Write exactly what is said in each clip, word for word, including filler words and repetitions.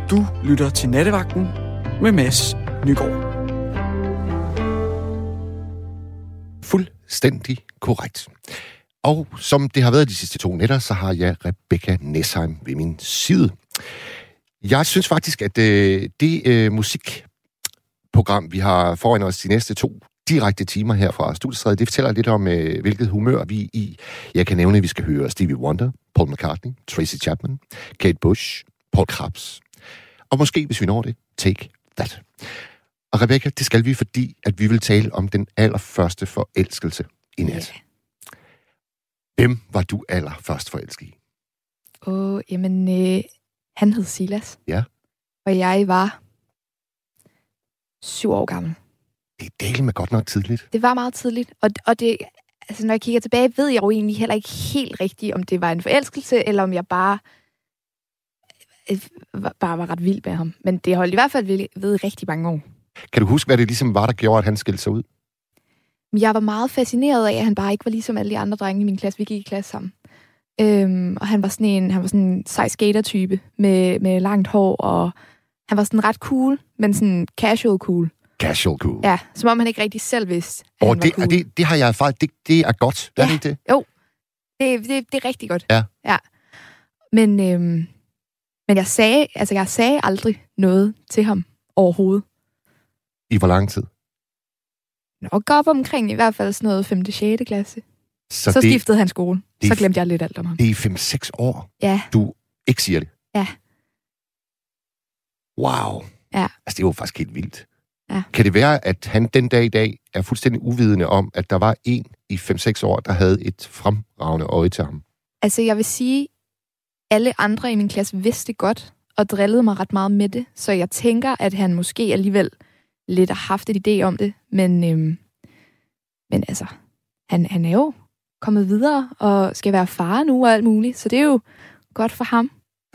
Du lytter til Nattevagten med Mads Nygaard. Fuldstændig korrekt. Og som det har været de sidste to nætter, så har jeg Rebecca Nesheim ved min side. Jeg synes faktisk, at øh, det øh, musikprogram, vi har foran os de næste to direkte timer her fra Studiestræde, det fortæller lidt om, øh, hvilket humør vi er i. Jeg kan nævne, at vi skal høre Stevie Wonder, Paul McCartney, Tracy Chapman, Kate Bush, Paul Krabs. Og måske, hvis vi når det, Take That. Og Rebecca, det skal vi, fordi at vi vil tale om den allerførste forelskelse i nat. Yeah. Hvem var du allerførst forelsket i? Åh, oh, jamen, øh, han hed Silas. Ja. Og jeg var syv år gammel. Det er delt med godt nok tidligt. Det var meget tidligt, og, og det, altså, når jeg kigger tilbage, ved jeg jo egentlig heller ikke helt rigtigt, om det var en forelskelse, eller om jeg bare, øh, bare var ret vild med ham. Men det holdt i hvert fald ved, ved rigtig mange år. Kan du huske, hvad det ligesom var, der gjorde, at han skilte sig ud? Jeg var meget fascineret af, at han bare ikke var ligesom alle de andre drenge i min klasse. Vi gik i klasse sammen. Øhm, og han var sådan en, han var sådan en sej skater-type med, med langt hår, og han var sådan ret cool, men sådan casual cool. Casual cool. Ja, som om han ikke rigtig selv vidste, at og han det, var cool. det, det har jeg erfaret. Det, det er godt. Ja. Er det ikke det? Jo, det, det, det er rigtig godt. Ja. Ja. Men, øhm, men jeg sagde, altså jeg sagde aldrig noget til ham overhovedet. I hvor lang tid? Nok op omkring i hvert fald sådan noget femte sjette klasse. Så, så det, skiftede han skole. det, Så glemte jeg lidt alt om ham. Det er fem seks år, ja. Du ikke siger det? Ja. Wow. Ja. Altså, det er jo faktisk helt vildt. Ja. Kan det være, at han den dag i dag er fuldstændig uvidende om, at der var en i fem seks år, der havde et fremragende øje til ham? Altså, jeg vil sige, alle andre i min klasse vidste godt, og drillede mig ret meget med det. Så jeg tænker, at han måske alligevel lidt har haft et idé om det. Men, øhm, men altså, han, han er jo kommet videre, og skal være far nu og alt muligt. Så det er jo godt for ham.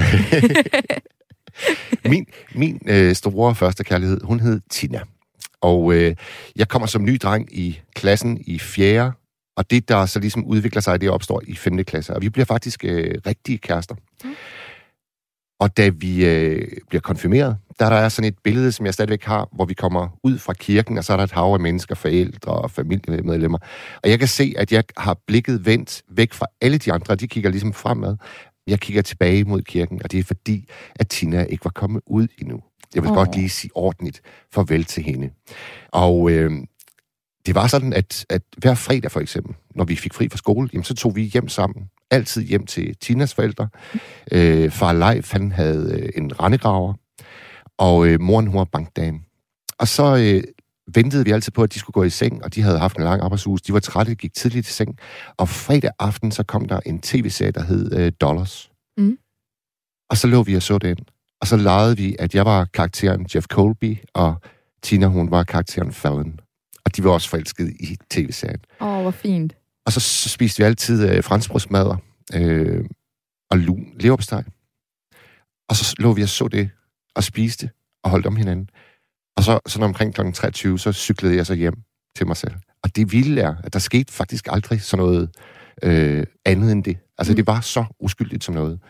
min min øh, store første kærlighed, hun hed Tina. Og øh, jeg kommer som ny dreng i klassen i fjerde, og det, der så ligesom udvikler sig, det opstår i femte klasse. Og vi bliver faktisk øh, rigtige kærester. Mm. Og da vi øh, bliver konfirmeret, der, der er sådan et billede, som jeg stadigvæk har, hvor vi kommer ud fra kirken, og så er der et hav af mennesker, forældre og familiemedlemmer. Og jeg kan se, at jeg har blikket vendt væk fra alle de andre, de kigger ligesom fremad. Jeg kigger tilbage mod kirken, og det er fordi, at Tina ikke var kommet ud endnu. Jeg vil oh. godt lige sige ordentligt farvel til hende. Og øh, det var sådan, at, at hver fredag for eksempel, når vi fik fri fra skole, jamen, så tog vi hjem sammen. Altid hjem til Tinas forældre. Øh, far Leif, han havde øh, en rendegraver, og øh, moren, hun var bankdame. Og så øh, ventede vi altid på, at de skulle gå i seng, og de havde haft en lang arbejdsuge. De var trætte, gik tidligt i seng. Og fredag aften, så kom der en tv-serie, der hed øh, Dollars. Mm. Og så lå vi og så den. Og så legede vi, at jeg var karakteren Jeff Colby, og Tina, hun var karakteren Fallon. Og de var også forelskede i tv-serien. Åh, oh, hvor fint. Og så, så spiste vi altid øh, franskbrødsmadder øh, og lun leverpostej. Og så lå vi og så det, og spiste, og holdt om hinanden. Og så sådan omkring klokken treogtyve, så cyklede jeg så hjem til mig selv. Og det vilde er, at der skete faktisk aldrig sådan noget øh, andet end det. Altså, mm. det var så uskyldigt som noget.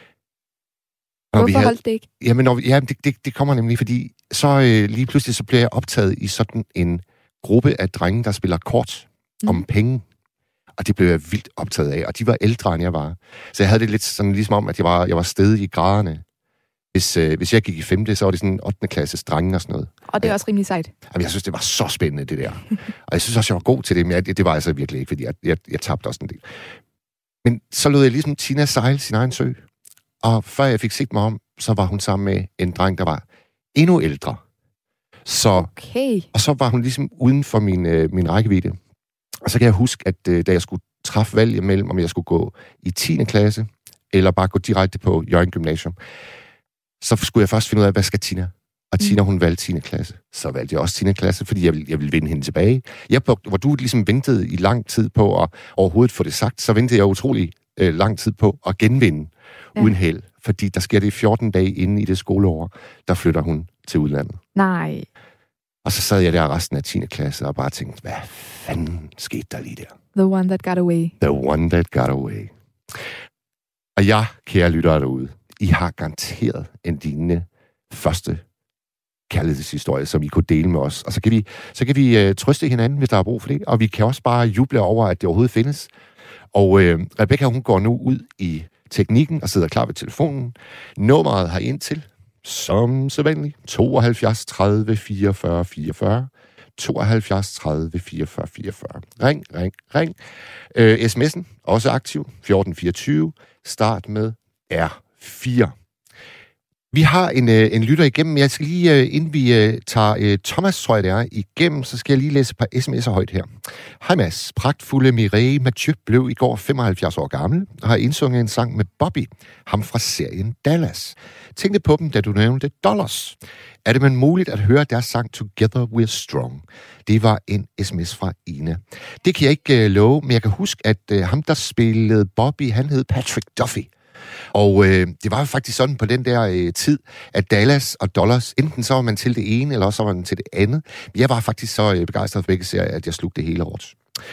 Når Hvorfor havde, holdt det ikke? Jamen, når vi, ja, det, det, det kommer nemlig, fordi så øh, lige pludselig, så bliver jeg optaget i sådan en gruppe af drenge, der spiller kort mm. om penge. Og det blev jeg vildt optaget af, og de var ældre, end jeg var. Så jeg havde det lidt sådan ligesom om, at jeg var, jeg var stedig i graderne. Hvis, øh, hvis jeg gik i femte, så var det sådan ottende klasses drenge og sådan noget. Og det er også rimelig sejt. Jamen, jeg synes, det var så spændende, det der. Og jeg synes også, jeg var god til det, men jeg, det var altså virkelig ikke, fordi jeg, jeg, jeg tabte også en del. Men så lod jeg ligesom Tina sejle sin egen sø. Og før jeg fik set mig om, så var hun sammen med en dreng, der var endnu ældre. Så, okay. Og så var hun ligesom uden for min, øh, min rækkevidde. Og så kan jeg huske, at øh, da jeg skulle træffe valg imellem, om jeg skulle gå i tiende klasse, eller bare gå direkte på Hjørring Gymnasium, så skulle jeg først finde ud af, hvad skal Tina? Og Tina, hun valgte tiende klasse. Så valgte jeg også tiende klasse, fordi jeg ville, jeg ville vinde hende tilbage. Jeg, hvor du ligesom ventede i lang tid på at overhovedet få det sagt, så ventede jeg utrolig øh, lang tid på at genvinde ja. uden held. Fordi der sker det i fjorten dage inde i det skoleår, der flytter hun til udlandet. Nej. Og så sad jeg der resten af tiende klasse og bare tænkte, hvad fanden skete der lige der? The one that got away. The one that got away. Og jeg, kære lyttere derude, I har garanteret en lignende første kærlighedshistorie, som I kunne dele med os. Og så kan vi, så kan vi uh, trøste hinanden, hvis der er brug for det. Og vi kan også bare juble over, at det overhovedet findes. Og uh, Rebecca, hun går nu ud i teknikken og sidder klar ved telefonen. Nummeret har ind til, som sædvanligt, tooghalvfjerds tredive fireogfyrre fireogfyrre. tooghalvfjerds tredive fireogfyrre fireogfyrre. Ring, ring, ring. Øh, sms'en, også aktiv, fjorten fireogtyve. Start med R fire. Vi har en, øh, en lytter igennem. Jeg skal lige, øh, inden vi øh, tager øh, Thomas, tror jeg det er, igennem, så skal jeg lige læse et par sms'er højt her. Hej Mads, pragtfulde Mireille Mathieu blev i går femoghalvfjerds år gammel og har indsunget en sang med Bobby, ham fra serien Dallas. Tænkte på dem, da du nævnte Dollars. Er det men muligt at høre deres sang Together We're Strong? Det var en sms fra Ina. Det kan jeg ikke øh, love, men jeg kan huske, at øh, ham, der spillede Bobby, han hed Patrick Duffy. Og øh, det var faktisk sådan på den der øh, tid, at Dallas og Dollars, enten så var man til det ene, eller også var man til det andet. Jeg var faktisk så øh, begejstret for begge serier, at jeg slugte det hele råt.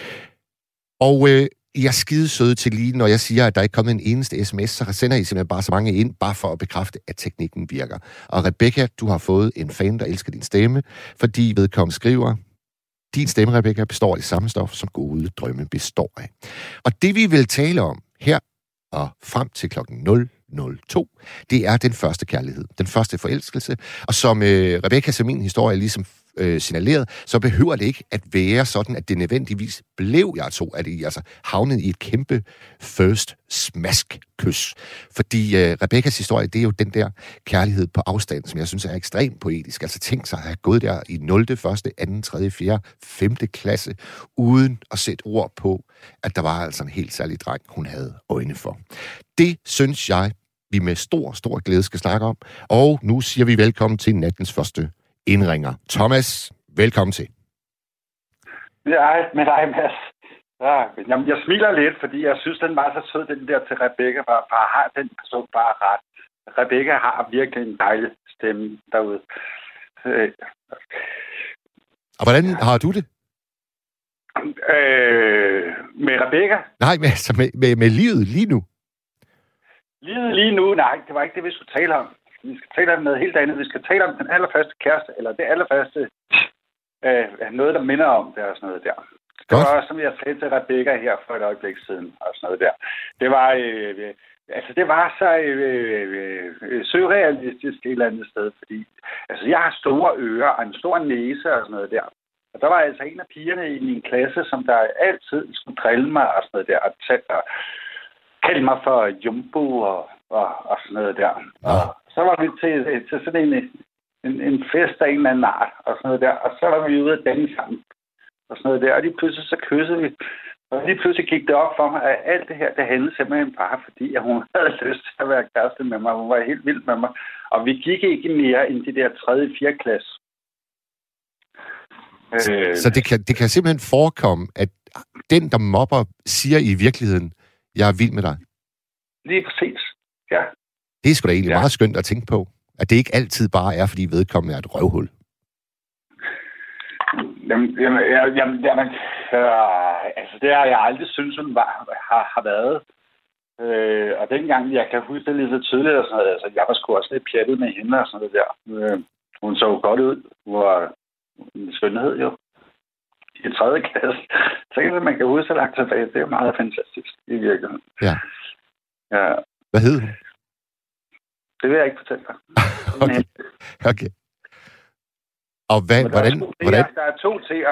Og øh, jeg er skide søde til lige, når jeg siger, at der ikke er kommet en eneste sms, så sender I simpelthen bare så mange ind, bare for at bekræfte, at teknikken virker. Og Rebecca, du har fået en fan, der elsker din stemme, fordi vedkommende skriver, din stemme, Rebecca, består af det samme stof, som gode drømme består af. Og det, vi vil tale om her, og frem til klokken nul nul to, det er den første kærlighed, den første forelskelse. Og som øh, Rebecca, som min historie ligesom øh, signaleret, så behøver det ikke at være sådan, at det nødvendigvis blev jeg to, at I altså havnede i et kæmpe first smask-kys. Fordi øh, Rebeccas historie, det er jo den der kærlighed på afstand, som jeg synes er ekstremt poetisk. Altså tænk sig at have gået der i nul, første, anden, tredje, fjerde, femte klasse, uden at sætte ord på, at der var altså en helt særlig dreng, hun havde øjne for. Det synes jeg, vi med stor, stor glæde skal snakke om. Og nu siger vi velkommen til nattens første indringer. Thomas, velkommen til. Ja, med dig, Mads. Ja, jamen, jeg smiler lidt, fordi jeg synes, den var så sød, den der til Rebecca. Bare, bare har den person bare ret. Rebecca har virkelig en dejlig stemme derude. Øh. Og hvordan har du det? Øh, med Rebecca? Nej, med, altså med, med, med livet lige nu. Livet lige nu? Nej, det var ikke det, vi skulle tale om. Vi skal tale om noget helt andet. Vi skal tale om den allerførste kæreste, eller det allerførste, øh, noget, der minder om det og sådan noget der. Det var også, som jeg sagde til Rebecca her for et øjeblik siden, og sådan noget der. Det var, øh, altså det var så øh, øh, surrealistisk et eller andet sted, fordi altså, jeg har store ører og en stor næse og sådan noget der. Og der var altså en af pigerne i min klasse, som der altid skulle drille mig og sådan noget der, og, tæ- og kalde mig for Jumbo og, og, og sådan noget der. Ja. Og så var vi til, til sådan en, en, en fest af en eller anden art og sådan noget der, og så var vi ude at danse sammen og sådan noget der, og lige pludselig så kyssede vi. Og lige pludselig gik det op for mig, at alt det her, det handlede simpelthen bare, fordi at hun havde lyst til at være kæreste med mig. Hun var helt vild med mig. Og vi gik ikke mere end de der tredje fjerde klasse. Så, øh, så det, kan, det kan simpelthen forekomme, at den, der mobber, siger i virkeligheden, jeg er vild med dig. Lige præcis, ja. Det er sgu da egentlig ja. meget skønt at tænke på. At det ikke altid bare er, fordi vedkommende er et røvhul. Jamen, jamen, jamen, jamen øh, altså det har jeg aldrig synes, hun var, har, har været. Øh, og dengang, jeg kan huske det lidt så tydeligt, og sådan noget, altså jeg var sgu også lidt pjattet med hende og sådan noget der. Øh, hun så godt ud. Hun var en skønhed jo. I tredje klasse. Så kan man kan huske så langt tilbage. Det er jo meget fantastisk i virkeligheden. Ja. Ja. Hvad hed hun? Det vil jeg ikke fortælle dig. Okay. Okay. Og hvad, der hvordan, er hvordan? Der er to T'er.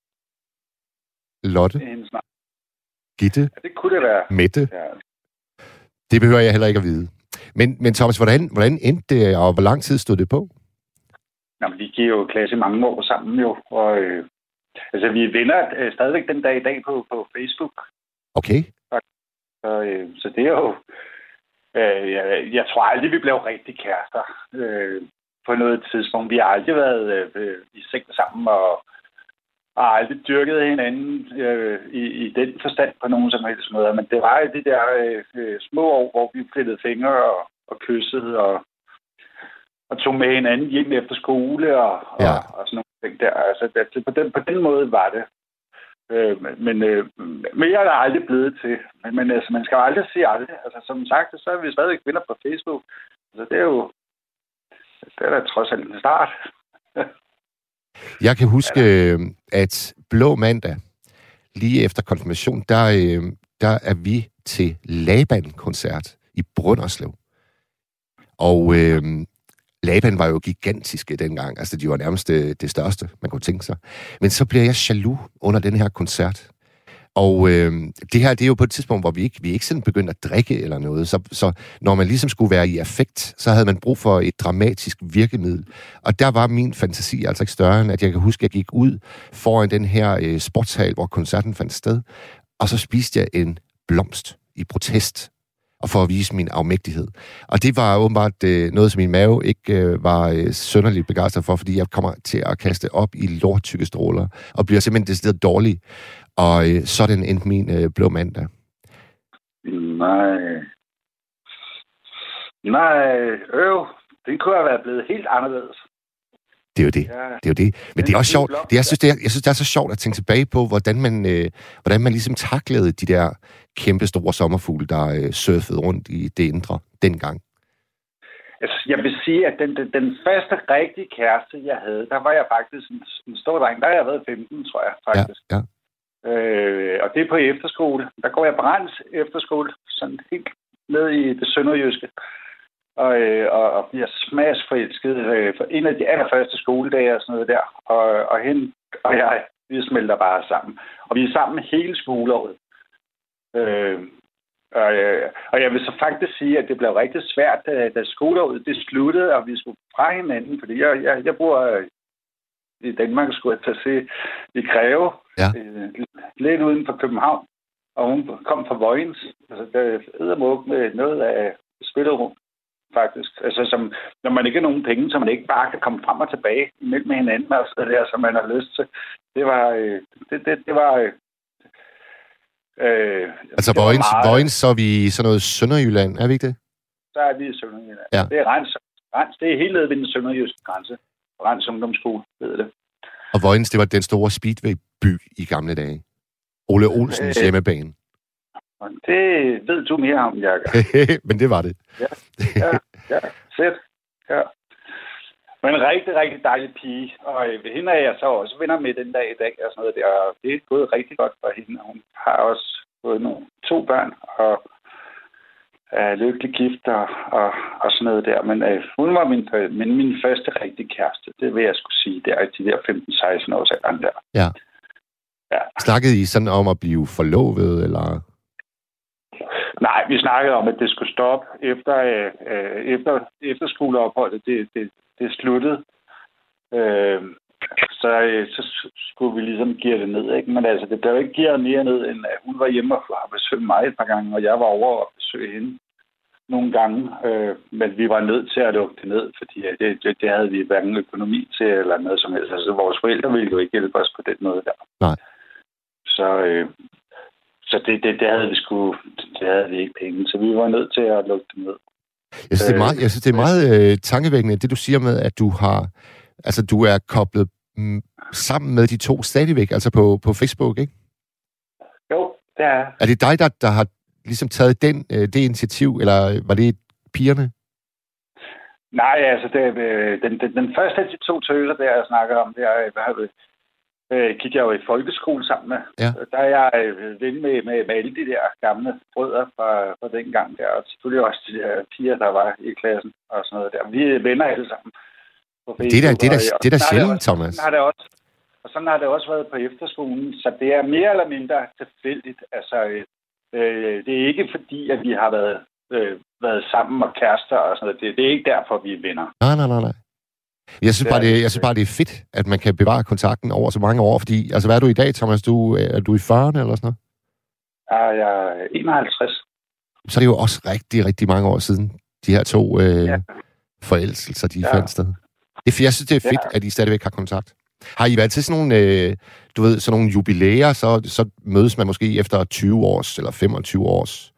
Lotte? Gitte? Ja, det kunne det være. Mette? Ja. Det behøver jeg heller ikke at vide. Men, men Thomas, hvordan, hvordan endte det, og hvor lang tid stod det på? Jamen, vi giver jo klasse mange år sammen jo, og øh, altså, vi er venner øh, stadigvæk den dag i dag på, på Facebook. Okay. Og, og, øh, så det er jo... Øh, jeg, jeg tror aldrig, vi blev rigtig kærester øh, på noget tidspunkt. Vi har aldrig været øh, i seng sammen, og, og aldrig dyrket hinanden øh, i, i den forstand på nogen som helst måde. Men det var de der øh, små år, hvor vi flettede fingre og, og kyssede, og og tog med hinanden hjem efter skole og, ja. og, og sådan nogle ting der. Altså, det, på, den, på den måde var det. Øh, men øh, mere er der aldrig blevet til. Men, men altså, man skal jo aldrig sige aldrig. Altså, som sagt, så er vi stadig kvinder på Facebook. Altså, det er jo... det er da trods alt en start. Jeg kan huske, at Blå Mandag, lige efter konfirmation, der, der er vi til Laban-koncert i Brønderslev. Og øh, Laban var jo gigantiske dengang. Altså, de var nærmest det, det største, man kunne tænke sig. Men så bliver jeg jaloux under den her koncert. Og øh, det her, det er jo på et tidspunkt, hvor vi ikke, vi ikke sådan begyndte at drikke eller noget. Så, så når man ligesom skulle være i affekt, så havde man brug for et dramatisk virkemiddel. Og der var min fantasi altså ikke større, end at jeg kan huske, at jeg gik ud foran den her øh, sportshal, hvor koncerten fandt sted. Og så spiste jeg en blomst i protest, og for at vise min afmægtighed. Og det var åbenbart øh, noget, som min mave ikke øh, var øh, synderligt begejstret for, fordi jeg kommer til at kaste op i lorttykke stråler, og bliver simpelthen decideret dårlig. Og øh, sådan endte min øh, Blå Mandag. Nej. Nej, øv. Den kunne have været blevet helt anderledes. Det er jo det. Ja. Det er jo det. Men det er også sjovt. Det, jeg, synes, det er, jeg synes, det er så sjovt at tænke tilbage på, hvordan man, øh, hvordan man ligesom taklede de der kæmpe store sommerfugle, der øh, surfede rundt i det indre dengang. Altså, jeg vil sige, at den, den, den første rigtige kæreste, jeg havde, der var jeg faktisk en, en stor dreng. Der har jeg været femten, tror jeg faktisk. Ja, ja. Øh, og det er på efterskole. Der går jeg på Rens efterskole, sådan helt ned i det sønderjyske. Og, og, og bliver smagsforelsket øh, for en af de allerførste skoledage og sådan noget der. Og, og hende og jeg, vi smelter bare sammen. Og vi er sammen hele skoleåret. Øh, og, og jeg vil så faktisk sige, at det blev rigtig svært, da, da skoleåret det sluttede, og vi skulle fra hinanden. Fordi jeg, jeg, jeg bor i Danmark, skulle jeg tage se i Greve, ja. øh, lidt uden for København. Og hun kom fra Vojens. Altså, der er eddermuk med noget af spillerum. Faktisk. Altså, som, når man ikke har nogen penge, så man ikke bare kan komme frem og tilbage imellem hinanden, og så der, som man har lyst til. Det var... Øh, det, det, det var øh, altså, det Vojens, meget, Vojens, så er vi i sådan noget Sønderjylland, er vi ikke det? Så er vi i Sønderjylland. Ja. Det er Rens. Rens, det er helt nede ved den sønderjyske grænse. Rens Ungdomsskole, ved det. Og Vojens, det var den store speedway-by i gamle dage. Ole Olsens øh, hjemmebane. Det ved du mere om, Jakob. Men det var det. Ja, ja, ja. Fedt. Ja. Men en rigtig, rigtig dejlig pige. Og hende er jeg så også venner med den dag i dag. Og sådan noget der. Og det er gået rigtig godt for hende. Hun har også fået nogle, to børn og er lykkelig gift og, og, og sådan noget der. Men øh, hun var min, min, min første rigtige kæreste. Det vil jeg skulle sige. Der i de der femten seksten års alderen der. Ja. Ja. Snakkede I sådan om at blive forlovet, eller... Nej, vi snakkede om, at det skulle stoppe efter, øh, efter, efter skoleopholdet. Det, det, det sluttede. Øh, så, øh, så skulle vi ligesom give det ned. Ikke? Men altså, det blev ikke givet mere ned, end at hun var hjemme og har besøgt mig et par gange, og jeg var over og besøge hende nogle gange. Øh, men vi var nødt til at lukke det ned, fordi det, det, det havde vi hverken økonomi til eller noget som helst. Altså, vores forældre ville jo ikke hjælpe os på den måde der. Nej. Så... Øh, Så det, det, det havde vi sgu, det havde vi ikke penge, så vi var nødt til at lukke det ned. Jeg synes, det er meget, jeg synes, det er meget øh, tankevækkende, det du siger med, at du har, altså du er koblet mm, sammen med de to stadigvæk, altså på, på Facebook, ikke? Jo, det er. Er det dig, der, der har ligesom taget den, øh, det initiativ, eller var det pigerne? Nej, altså det, øh, den, den, den første af de to tøser, der jeg snakker om, det er, hvad har vi... Øh, gik jeg jo i folkeskole sammen med. Ja. Der er jeg øh, ven med, med, med alle de der gamle brødre fra, fra den gang der, og selvfølgelig også de der piger, der var i klassen og sådan noget der. Vi er venner alle sammen. Det er da, det er da, det er da sjældent, Thomas. Sådan har det også, og sådan har det også været på efterskolen, så det er mere eller mindre tilfældigt. Altså, øh, det er ikke fordi, at vi har været, øh, været sammen og kærester og sådan noget. Det, det er ikke derfor, vi er venner. Nej, nej, nej, nej. Jeg synes, bare, det, jeg synes bare, det er fedt, at man kan bevare kontakten over så mange år, fordi, altså, hvad er du i dag, Thomas? Du, er du i fyrrerne eller sådan noget? Ja, jeg er enoghalvtreds. Så er det jo også rigtig, rigtig mange år siden, de her to øh, ja. forelskelser, de ja. fandt sted. Jeg synes, det er fedt, ja. at I stadigvæk har kontakt. Har I været til sådan nogle, øh, du ved, sådan nogle jubilæer, så, så mødes man måske efter tyve års eller femogtyve års?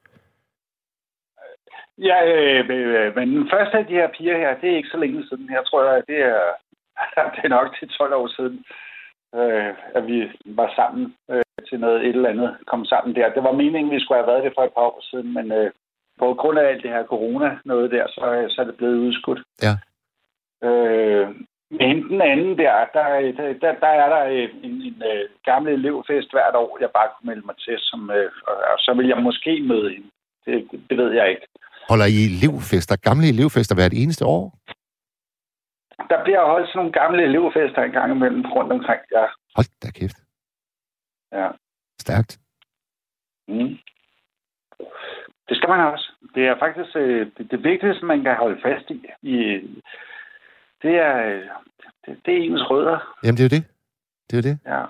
Ja, øh, men den første af de her piger her, det er ikke så længe siden. Jeg tror, at det er, det er nok til tolv år siden, øh, at vi var sammen øh, til noget et eller andet, kom sammen der. Det var meningen, vi skulle have været det for et par år siden, men øh, på grund af alt det her corona noget der, så, så er det blevet udskudt. Ja. Øh, men den anden der, der, der, der er der en, en, en uh, gammel elevfest hvert år, jeg bare kunne melde mig til, som, uh, og, og så vil jeg måske møde hende. Det, det ved jeg ikke. Holder I elevfester, gamle elevfester hvert eneste år? Der bliver holdt sådan nogle gamle elevfester en gang imellem rundt omkring, ja. Hold da kæft. Ja. Stærkt. Mm. Det skal man også. Det er faktisk øh, det, det vigtigste, man kan holde fast i. i det er øh, det, det er ens rødder. Jamen, det er jo det. Det er jo det. Ja.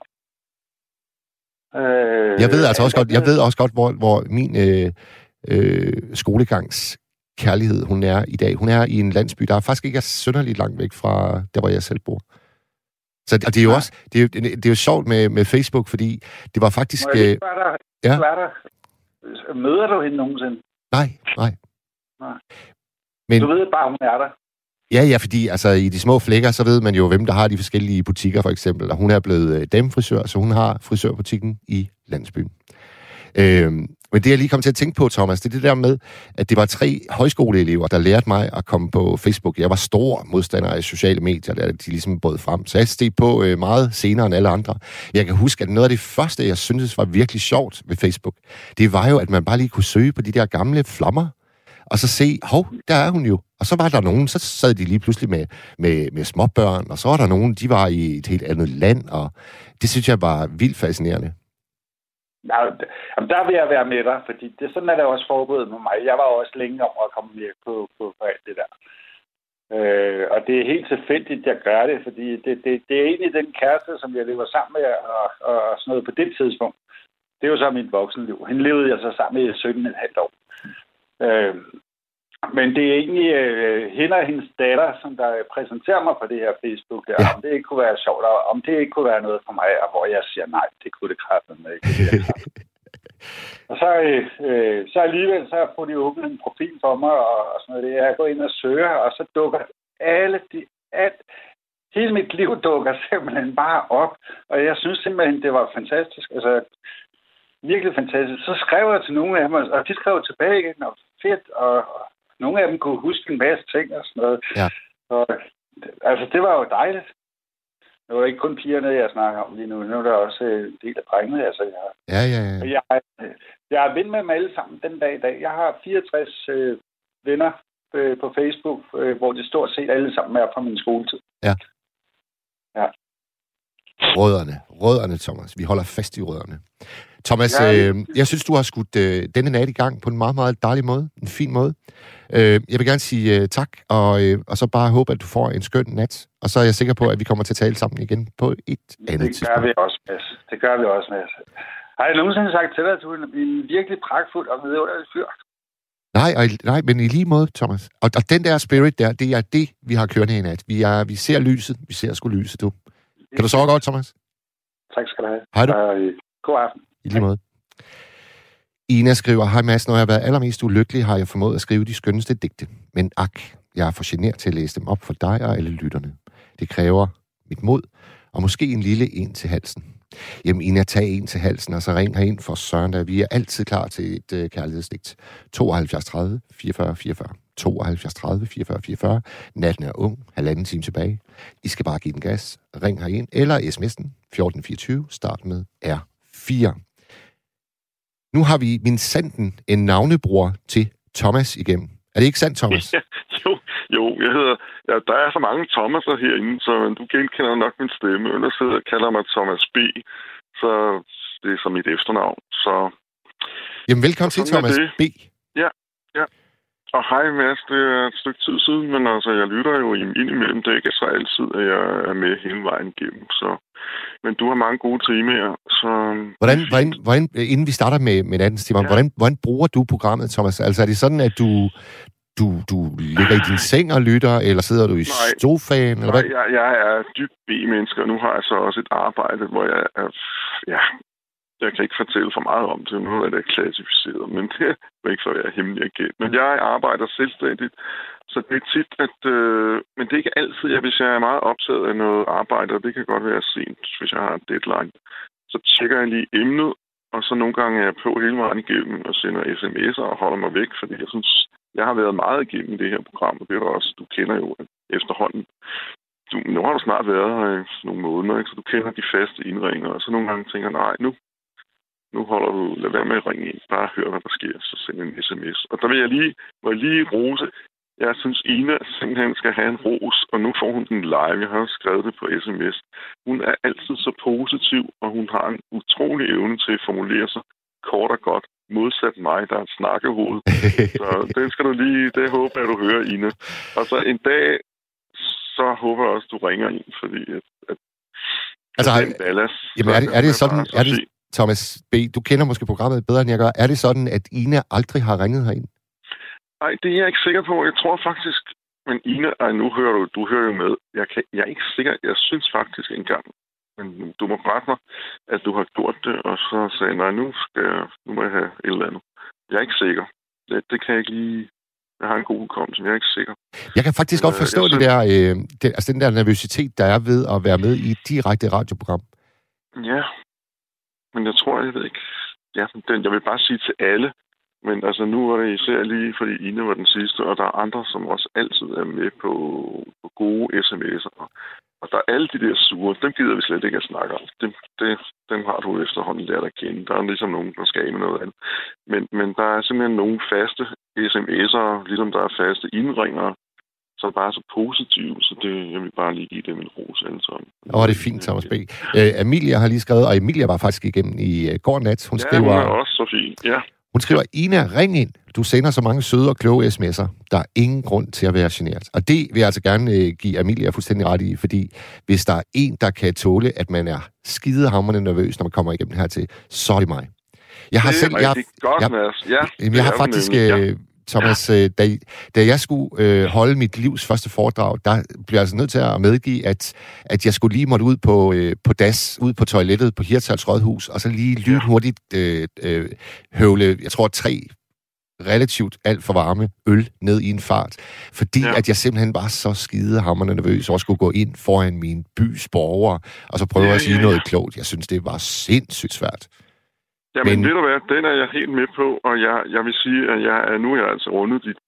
Øh, jeg ved altså også godt, jeg ved også godt, hvor, hvor min øh, øh, skolegangs kærlighed, hun er i dag. Hun er i en landsby, der faktisk ikke er synderligt langt væk fra der, hvor jeg selv bor. Så og det er jo ja. også, det er jo, det er jo sjovt med, med Facebook, fordi det var faktisk... Må jeg spørge dig, ja. der? Møder du hende nogensinde? Nej, nej. nej. Men, du ved bare, hun er der? Ja, ja, fordi altså, i de små flækker, så ved man jo, hvem der har de forskellige butikker, for eksempel. Og hun er blevet øh, damefrisør, så hun har frisørbutikken i landsbyen. Øhm, men det, jeg lige kom til at tænke på, Thomas, det er det der med, at det var tre højskoleelever, der lærte mig at komme på Facebook. Jeg var stor modstander af sociale medier, der de ligesom brød frem. Så jeg steg på øh, meget senere end alle andre. Jeg kan huske, at noget af det første, jeg syntes var virkelig sjovt ved Facebook, det var jo, at man bare lige kunne søge på de der gamle flammer, og så se, hov, der er hun jo. Og så var der nogen, så sad de lige pludselig med, med, med småbørn, og så var der nogen, de var i et helt andet land, og det synes jeg var vildt fascinerende. Nej, der vil jeg være med dig, fordi det, sådan er det også foregået med mig. Jeg var også længe om at komme med på, på, på alt det der. Øh, og det er helt tilfældigt, jeg gør det, fordi det, det, det er egentlig den kæreste, som jeg lever sammen med, og, og, og sådan noget på det tidspunkt. Det er jo så mit voksenliv. Hende levede jeg så sammen med i sytten komma fem år. Øh, men det er egentlig øh, hende og hendes datter, som der præsenterer mig på det her Facebook der, ja. Om det ikke kunne være sjovt, og om det ikke kunne være noget for mig, og hvor jeg siger, nej, det kunne det kraftedeme ikke. Og så, øh, så alligevel, så får de åbnet en profil for mig, og, og sådan noget. Jeg går ind og søger, og så dukker alle de, alt, hele mit liv dukker simpelthen bare op, og jeg synes simpelthen, det var fantastisk. Altså, virkelig fantastisk. Så skrev jeg til nogle af dem, og de skrev tilbage igen, og fedt, og, og nogle af dem kunne huske en masse ting og sådan noget. Ja. Og, altså, det var jo dejligt. Det var ikke kun pigerne, jeg snakker om lige nu. Nu er der også en del af drengene. Altså, jeg, ja, ja, ja. Jeg, jeg er ven med dem alle sammen den dag i dag. Jeg har fireogtres øh, venner øh, på Facebook, øh, hvor de stort set alle sammen er fra min skoletid. Ja. Ja. Rødderne. Rødderne, Thomas. Vi holder fast i rødderne. Thomas, ja, øh, jeg synes, du har skudt øh, denne nat i gang på en meget, meget dejlig måde. En fin måde. Øh, jeg vil gerne sige øh, tak, og, øh, og så bare håbe, at du får en skøn nat. Og så er jeg sikker på, at vi kommer til at tale sammen igen på et andet tidspunkt. Det gør vi også, Mads. Det gør vi også, Mads. Har jeg nogensinde sagt til dig, at du er en virkelig pragtfuld og vidunderlig fyr? Nej, og, nej, men i lige måde, Thomas. Og, og den der spirit der, det er det, vi har kørende i nat. Vi, er, vi ser lyset. Vi ser sgu lyset, du. Kan du sove godt, Thomas? Tak skal du have. Hej du. Uh, god aften. I lige måde. Ina skriver, hej Mads, når jeg har været allermest ulykkelig, har jeg formået at skrive de skønneste digte. Men ak, jeg er for genert til at læse dem op for dig og alle lytterne. Det kræver mit mod, og måske en lille en til halsen. Jamen Ina, tag en til halsen, og så ring herind for Søren, der vi er altid klar til et uh, kærlighedsdigt. tooghalvfjerds tredive fireogfyrre fireogfyrre. tooghalvfjerds tredive fireogfyrre fireogfyrre. Natten er ung, halvanden time tilbage. I skal bare give den gas. Ring herind, eller sms'en fjorten fireogtyve, start med R fire. Nu har vi min sanden en navnebror til Thomas igennem. Er det ikke sandt, Thomas? Ja, jo, jo, jeg hedder... Ja, der er så mange Thomaser herinde, så du genkender nok min stemme. Ellers sidder jeg kalder mig Thomas B. Så det er så mit efternavn. Så... Jamen, velkommen til, Thomas B. Ja, ja. Og hej Mads, det er et stykke tid siden, men altså, jeg lytter jo indimellem. Det er ikke så altid, at jeg er med hele vejen igennem, så... Men du har mange gode temaer, så... Hvordan, hvordan, hvordan, inden vi starter med, med nattens timer, ja. hvordan, hvordan bruger du programmet, Thomas? Altså, er det sådan, at du, du, du ligger i din seng og lytter, eller sidder du i nej, sofaen? Eller nej, hvad? Jeg, jeg er dybt B-menneske, og nu har jeg så også et arbejde, hvor jeg er... Ja, jeg kan ikke fortælle for meget om det, nu er det klassificeret, men det er ikke for at være hemmelig igen. Men jeg arbejder selvstændigt, så det er tit, at... Øh, men det er ikke altid, at hvis jeg er meget optaget af noget arbejde, og det kan godt være sent, hvis jeg har en deadline, så tjekker jeg lige emnet, og så nogle gange er jeg på hele vejen igennem og sender sms'er og holder mig væk, fordi jeg synes, jeg har været meget igennem det her program, og det er også, du kender jo, at efterhånden. Du, nu har du snart været her i nogle måneder, ikke? Så du kender de faste indringer, og så nogle gange tænker, nej, nu, nu holder du, lad være med at ringe ind, bare hør, hvad der sker, så send en sms. Og der vil jeg lige, må jeg lige rose. Jeg synes, Ina simpelthen skal have en ros, og nu får hun den live. Jeg har skrevet det på sms. Hun er altid så positiv, og hun har en utrolig evne til at formulere sig kort og godt, modsat mig, der er et snakkehoved. Så den skal du lige, det håber jeg, du hører, Ina. Og så en dag, så håber jeg også, du ringer ind, fordi at, at altså, at Dallas, jamen, er det, er det sådan, er det, Thomas B., du kender måske programmet bedre, end jeg gør. Er det sådan, at Ina aldrig har ringet herind? Nej, det er jeg ikke sikker på. Jeg tror faktisk, men Ina, ej, nu hører du, du hører jo med. Jeg, kan, jeg er ikke sikker. Jeg synes faktisk engang, men du må rette mig, at du har gjort det, og så sagde nej, nu, skal jeg, nu må jeg have et eller andet. Jeg er ikke sikker. Det, det kan jeg ikke lige... Jeg har en god hukommelse, men jeg er ikke sikker. Jeg kan faktisk godt forstå øh, det der, øh, det, altså den der nervøsitet, der er ved at være med i et direkte radioprogram. Ja, men jeg tror, jeg ved ikke... Ja, den, jeg vil bare sige til alle, men altså nu er det især lige, fordi Ina var den sidste, og der er andre, som også altid er med på, på gode sms'er. Og der er alle de der sure, dem gider vi slet ikke at snakke om. Dem, det, dem har du efterhånden lært at kende. Der er ligesom nogen, der skal med noget andet. Men, men der er simpelthen nogle faste sms'er, ligesom der er faste indringere, som bare er så positive, så det, jeg vil bare lige give dem en ros alle sammen. Åh, det er fint, Thomas B. Øh, Emilia har lige skrevet, og Emilia var faktisk igennem i uh, går nat. Hun ja, skriver, hun er også så fin, ja. Hun skriver, Ina, ring ind. Du sender så mange søde og kloge sms'er. Der er ingen grund til at være generet. Og det vil jeg altså gerne øh, give Emilia fuldstændig ret i, fordi hvis der er en, der kan tåle, at man er skidehamrende nervøs, når man kommer igennem hertil, så er det mig. Jeg har det er selv... Jeg, godt, jeg, Mads. Ja, jeg, jeg har faktisk... Øh, Thomas, ja. da, da jeg skulle øh, holde mit livs første foredrag, der blev jeg altså nødt til at medgive, at, at jeg skulle lige måtte ud på, øh, på das, ud på toilettet på Hirtshals Rådhus, og så lige lynhurtigt øh, øh, høvle, jeg tror, tre relativt alt for varme øl ned i en fart, fordi ja. at jeg simpelthen var så skidehamrende nervøs, og skulle gå ind foran min bys borgere, og så prøve ja, at sige ja, ja. noget klogt. Jeg synes, det var sindssygt svært. Jamen, men... ved du hvad, den er jeg helt med på, og jeg, jeg vil sige, at jeg er, nu er jeg altså rundet de,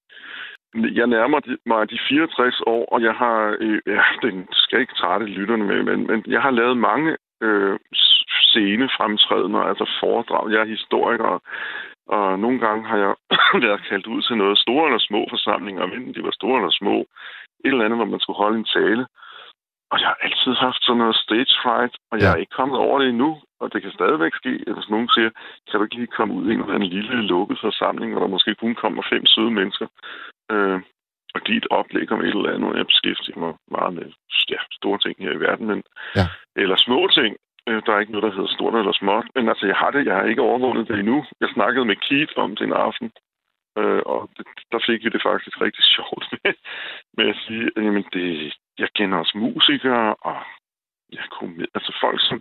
jeg nærmer mig de fireogtres år, og jeg har, øh, ja, den skal ikke trætte lytterne med, men, men jeg har lavet mange øh, scenefremtrædener, altså foredrag. Jeg er historiker, og nogle gange har jeg været kaldt ud til noget store eller små forsamlinger, enten de var store eller små, et eller andet, hvor man skulle holde en tale. Og jeg har altid haft sådan noget stage fright, og jeg ja. er ikke kommet over det endnu. Og det kan stadigvæk ske, hvis nogen siger, kan du ikke lige komme ud i en, en lille lukket forsamling, hvor der måske kun kommer fem søde mennesker, øh, og give et oplæg om et eller andet. Jeg beskæftiger mig meget med ja, store ting her i verden, men, ja. eller små ting. Øh, der er ikke noget, der hedder stort eller småt. Men altså, jeg har det. Jeg har ikke overvundet det endnu. Jeg snakkede med Keith om det en aften, øh, og det, der fik vi det faktisk rigtig sjovt med, med at sige, jamen det, jeg kender også musikere, og jeg kunne med, altså folk som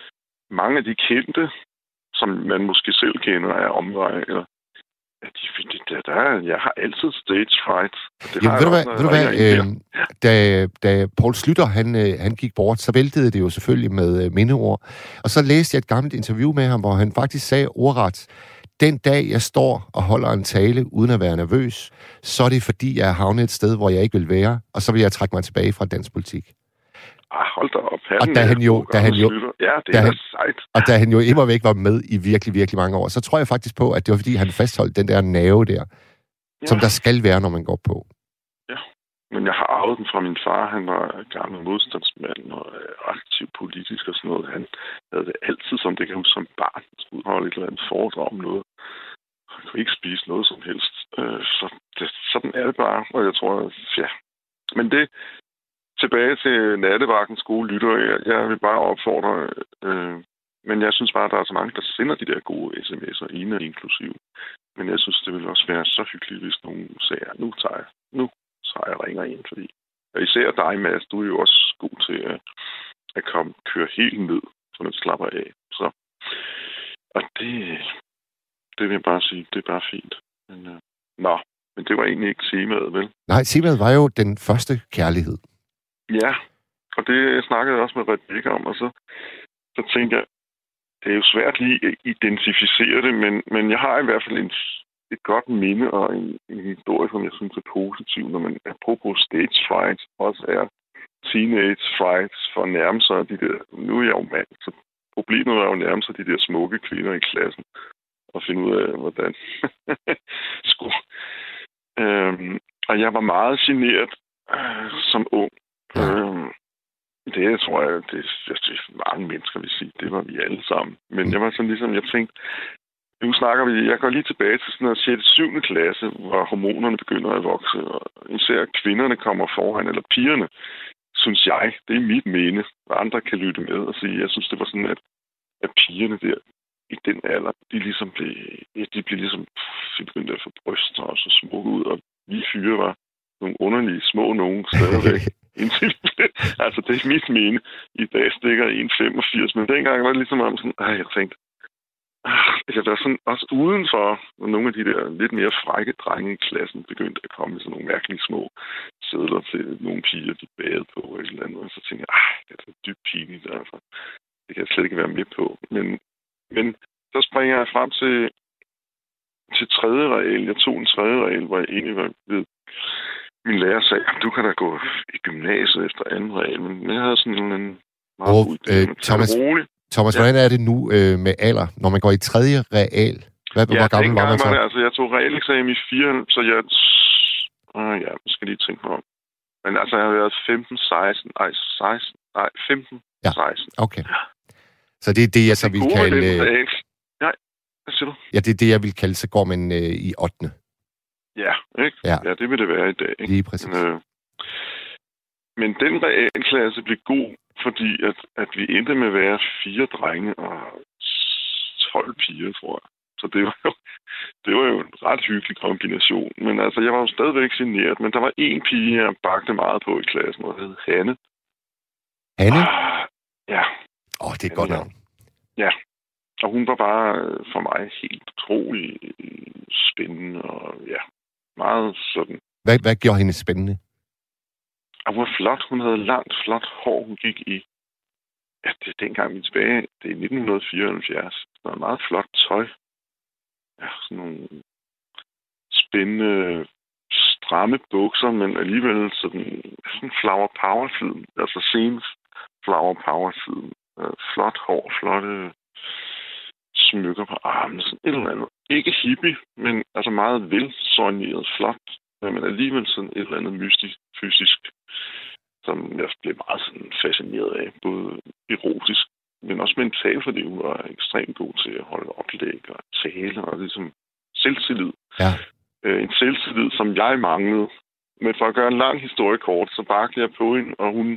mange af de kendte, som man måske selv kender af omveje, eller ja, de, der, der er, jeg har altid stage fright. Det Jamen, ved du hvad, ved du hvad øh, da, da Poul Schlüter, han, han gik bort, så væltede det jo selvfølgelig med øh, mindeord. Og så læste jeg et gammelt interview med ham, hvor han faktisk sagde ordret, den dag, jeg står og holder en tale uden at være nervøs, så er det fordi, jeg er havnet et sted, hvor jeg ikke vil være, og så vil jeg trække mig tilbage fra dansk politik. Ah, hold da op. Og da han jo, da han jo, ja, det da er han, sejt. Og da han jo immer væk var med i virkelig, virkelig mange år, så tror jeg faktisk på, at det var fordi, han fastholdt den der nerve der, ja. som der skal være, når man går på. Ja, men jeg har arvet den fra min far. Han var gammel modstandsmand og aktiv politisk og sådan noget. Han havde det altid, som det kan huske, som barn. Han skulle holde et eller andet foredrag om noget. Han kunne ikke spise noget som helst. Så det, sådan er det bare, og jeg tror, ja. Men det... Tilbage til nattevagtens gode lytter. Jeg, jeg vil bare opfordre, øh, men jeg synes bare, at der er så mange, der sender de der gode sms'er, Ina inklusiv. Men jeg synes, det ville også være så hyggeligt, hvis nogen sagde, nu tager jeg, nu tager jeg ringer ind, fordi og især dig, Mads, du er jo også god til at, at komme, køre helt ned, så man slapper af. Så, og det, det vil jeg bare sige, det er bare fint. Men, øh, nå, men det var egentlig ikke temaet, vel? Nej, temaet var jo den første kærlighed. Ja, og det snakkede jeg også med Rebecca om, og så, så tænkte jeg, det er jo svært lige at identificere det, men, men jeg har i hvert fald en, et godt minde og en, en historie, som jeg synes er positiv, når man apropos stage fright også er teenage fright for at nærme sig de der... Nu er jeg jo mand, så problemet var jo at nærme sig de der smukke kvinder i klassen og finde ud af, hvordan skulle... Øhm, og jeg var meget generet øh, som ung. Øhm, det tror jeg, det, det, det mange mennesker vil sige, det var vi alle sammen. Men jeg var sådan ligesom, jeg tænkte, nu snakker vi, jeg går lige tilbage til sådan noget sjette syvende klasse, hvor hormonerne begynder at vokse, og især kvinderne kommer foran, eller pigerne, synes jeg, det er mit mene, og andre kan lytte med og sige, jeg synes, det var sådan, at, at pigerne der, i den alder, de ligesom blev, de blev ligesom begyndte at få bryster og så smukke ud, og vi fyre var nogle underlige små nogen stadigvæk. Altså, det er mit mene. I dag stikker en komma femogfirs, men dengang var det ligesom om sådan, ej, jeg tænkte, jeg var sådan også udenfor, og nogle af de der lidt mere frække drenge i klassen begyndte at komme med sådan nogle mærkelige små sædler til nogle piger, de bagede på og et eller andet, og så tænkte jeg, ej, det er så dybt pinligt, altså. Det kan jeg slet ikke være med på. Men, men så springer jeg frem til, til tredje regel. Jeg tog en tredje regel, hvor jeg egentlig var ved, min lærer sagde, du kan da gå i gymnasiet efter anden regel, men jeg havde sådan en meget oh, øh, Thomas, Thomas, ja. Hvordan er det nu øh, med alder, når man går i tredje real? Hvad, ja, hvor gammel var man så? Var det, altså, jeg tog realeksamen i fire, så jeg... Åh ja, jeg skal lige tænke mig om. Men altså, jeg har været femten, seksten, nej, seksten, nej, femten, ja. seksten. Okay. Så det er det, jeg så vil kalde... Øh... Nej, hvad siger du? Ja, det er det, jeg vil kalde, så går man øh, i ottende. Ja, ikke? Ja. ja, det vil det være i dag. Ikke? Lige præcis. Men, øh... men den realklasse blev god, fordi at, at vi endte med at være fire drenge og tolv piger, tror jeg. Så det var jo, det var jo en ret hyggelig kombination. Men altså, jeg var jo stadigvæk generet. Men der var en pige, jeg bagte meget på i klassen, og hed Hanne. Hanne? Ah, ja. Åh, oh, det er et godt navn. Ja. Og hun var bare for mig helt utrolig spændende, og ja, meget sådan. Hvad, hvad gjorde hende spændende? Og hun var flot. Hun havde langt, flot hår. Hun gik i, ja, det er dengang vi er tilbage, det er nitten fireoghalvfjerds. Det var meget flot tøj. Ja, sådan nogle spændende, stramme bukser, men alligevel sådan, sådan flower power-tiden. Altså senest flower power-tiden. Flot hår, flotte smykker på armen, sådan et eller andet. Ikke hippie, men altså meget velsoigneret, flot, men alligevel sådan et eller andet mystisk, fysisk, som jeg blev meget sådan fascineret af, både erotisk, men også mentalt, fordi hun var ekstremt god til at holde oplæg og tale, og ligesom selvtillid. Ja. Øh, en selvtillid, som jeg manglede. Men for at gøre en lang historie kort, så bagte jeg på hende, og hun,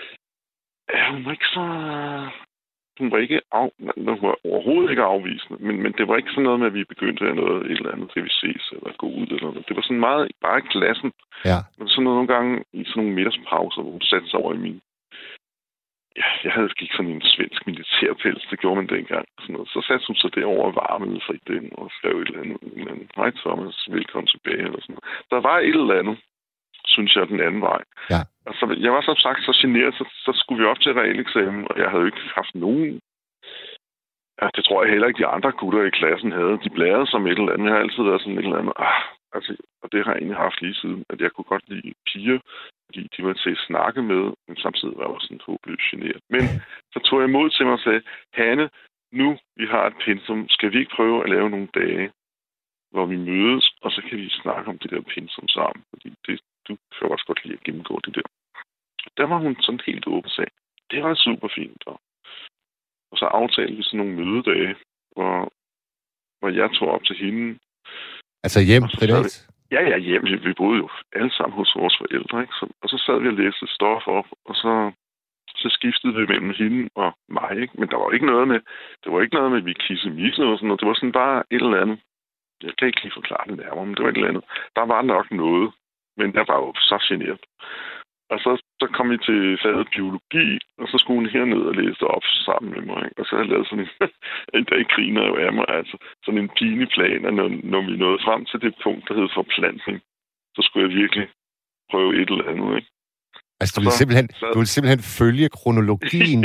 ja, hun var ikke så... Hun var ikke af, hun var overhovedet ikke afvisende, men, men det var ikke sådan noget med, at vi begyndte at noget et eller andet, til vi ses eller gå ud eller noget. Det var sådan meget bare i klassen. Ja. Det var sådan noget nogle gange i sådan nogle middagspauser, hvor hun satte sig over i min... Ja, jeg havde gik sådan en svensk militærpels, det gjorde man dengang. Sådan noget. Så satte hun sig derovre og varmede sig i den og skrev et eller andet. Men hej Thomas, velkommen tilbage eller sådan noget. Der var et eller andet, synes jeg, den anden vej. Ja. Altså, jeg var som sagt så generet, så, så skulle vi op til realeksamen, og jeg havde jo ikke haft nogen... Ja, det tror jeg heller ikke, de andre gutter i klassen havde. De blærede som et eller andet. Jeg har altid været sådan et eller andet... Ah, altså, og det har jeg egentlig haft lige siden, at jeg kunne godt lide piger, fordi de var til at snakke med, men samtidig var jeg også sådan håbløst generet. Men så tog jeg imod til mig og sagde, Hanne, nu vi har et pensum, skal vi ikke prøve at lave nogle dage, hvor vi mødes, og så kan vi snakke om det der pensum sammen, fordi det du kan også godt lide at gennemgå det der. Der var hun sådan helt åben og sagde, det var super fint. Og, og så aftalte vi sådan nogle mødedage, hvor, hvor jeg tog op til hende. Altså hjem, privat? Ja, ja, hjem. Vi, vi boede jo alle sammen hos vores forældre, ikke? Så, og så sad vi og læste stof op, og så, så skiftede vi mellem hende og mig, ikke? Men der var ikke noget med, det var ikke noget med, at vi kissemissede og sådan noget. Det var sådan bare et eller andet. Jeg kan ikke lige forklare det nærmere, men det var et eller andet. Der var nok noget. Men jeg var jo så generet. Og så, så kom vi til faget biologi, og så skulle hun herned og læse det op sammen med mig. Ikke? Og så havde jeg lavet sådan en... en dag griner jo af mig, altså. Sådan en pineplan, og når, når vi nåede frem til det punkt, der hed forplantning, så skulle jeg virkelig prøve et eller andet, ikke? Altså, du ville, simpelthen, du ville simpelthen følge kronologien?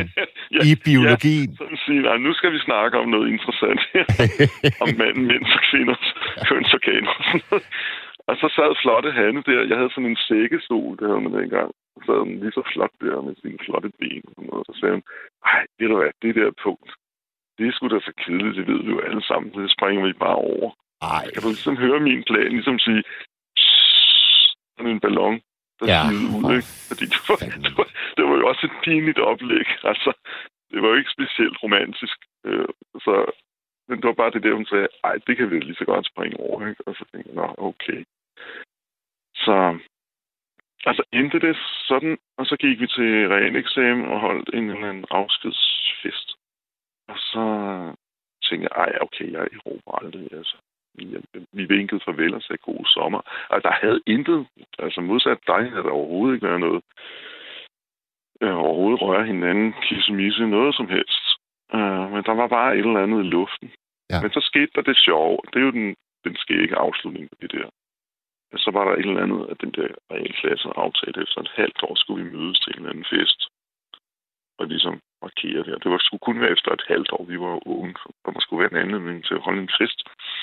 ja, i biologien. Ja, sådan sige, nej, nu skal vi snakke om noget interessant her. Om manden, mænds og kvinders kønsorganer. Og så sad flotte Hanne der. Jeg havde sådan en sækkestol, det havde man dengang. Så sad den lige så flot der med sine flotte ben. Og sådan noget. Så sagde hun, ej, ved du hvad, det der punkt, det er sgu da så kedeligt, det ved vi jo alle sammen. Det springer vi bare over. Ej. Kan du ligesom høre min plan, ligesom sige, sådan en ballon, der ja, skide ud, ikke? Fordi det var, det, var, det var jo også et pinligt oplæg. Altså, det var jo ikke specielt romantisk. Øh, så men det var bare det der, hun sagde, ej, det kan vi lige så godt springe over, ikke? Og så tænkte jeg, nå, okay. Så, altså endte det sådan, og så gik vi til realeksamen og holdt en eller anden afskedsfest. Og så tænkte jeg, ej, okay, jeg råber aldrig, altså. Vi vinkede farvel og sagde god sommer. Og der havde intet, altså modsat dig, havde der overhovedet ikke været noget. Øh, overhovedet røre hinanden, kissemisse, noget som helst. Uh, men der var bare et eller andet i luften. Ja. Men så skete der det sjove. Det er jo den, den skægge afslutning på det der. Og så var der et eller andet, at den der realklasse aftalt efter et halvt år, skulle vi mødes til en eller anden fest. Og ligesom markere det. Det var, skulle kun være efter et halvt år, vi var unge. Og der skulle være en anledning til at holde en fest.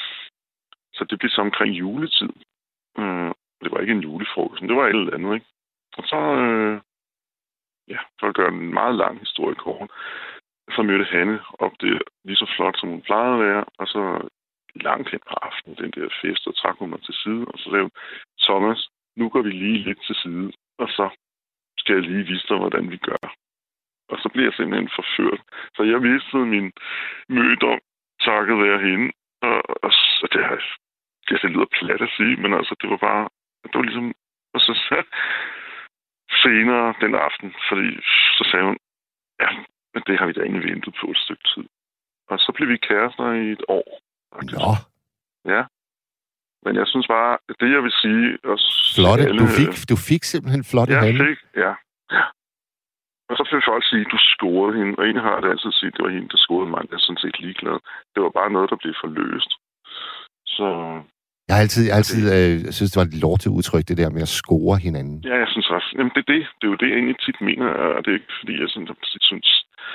Så det blev så omkring juletid. Uh, det var ikke en julefrokost, det var et eller andet, ikke? Og så, uh, ja, for at gøre en meget lang historie kort, så mødte Hanne op der, lige så flot, som hun plejede at være, og så langt hen på aftenen, den der fest, og trak hun mig til side, og så sagde hun, Thomas, nu går vi lige lidt til side, og så skal jeg lige vise dig, hvordan vi gør. Og så bliver jeg simpelthen forført. Så jeg mistede min mødom, takket være hende, og, og, og det, her, det, det lyder plat at sige, men altså, det var bare, det var ligesom, og så, så senere den aften, fordi så sagde hun, ja, men det har vi da egentlig ventet på et stykke tid. Og så blev vi kærester i et år. Faktisk. Nå. Ja. Men jeg synes bare, det jeg vil sige... Flotte. Alle, du, fik, du fik simpelthen flotte Hanne. Jeg fik, ja. ja. Og så vil folk sige, at du scorede hende. Og en har det altid sige, at det var hende, der scorede mig. Jeg er sådan set ligeglad. Det var bare noget, der blev forløst. Så... Jeg har altid, jeg altid øh, synes, det var et lort til udtryk, det der med at score hinanden. Ja, jeg synes også. Jamen, det er det. Det er jo det, jeg egentlig tit mener. Og det er ikke, fordi jeg sådan, jeg synes...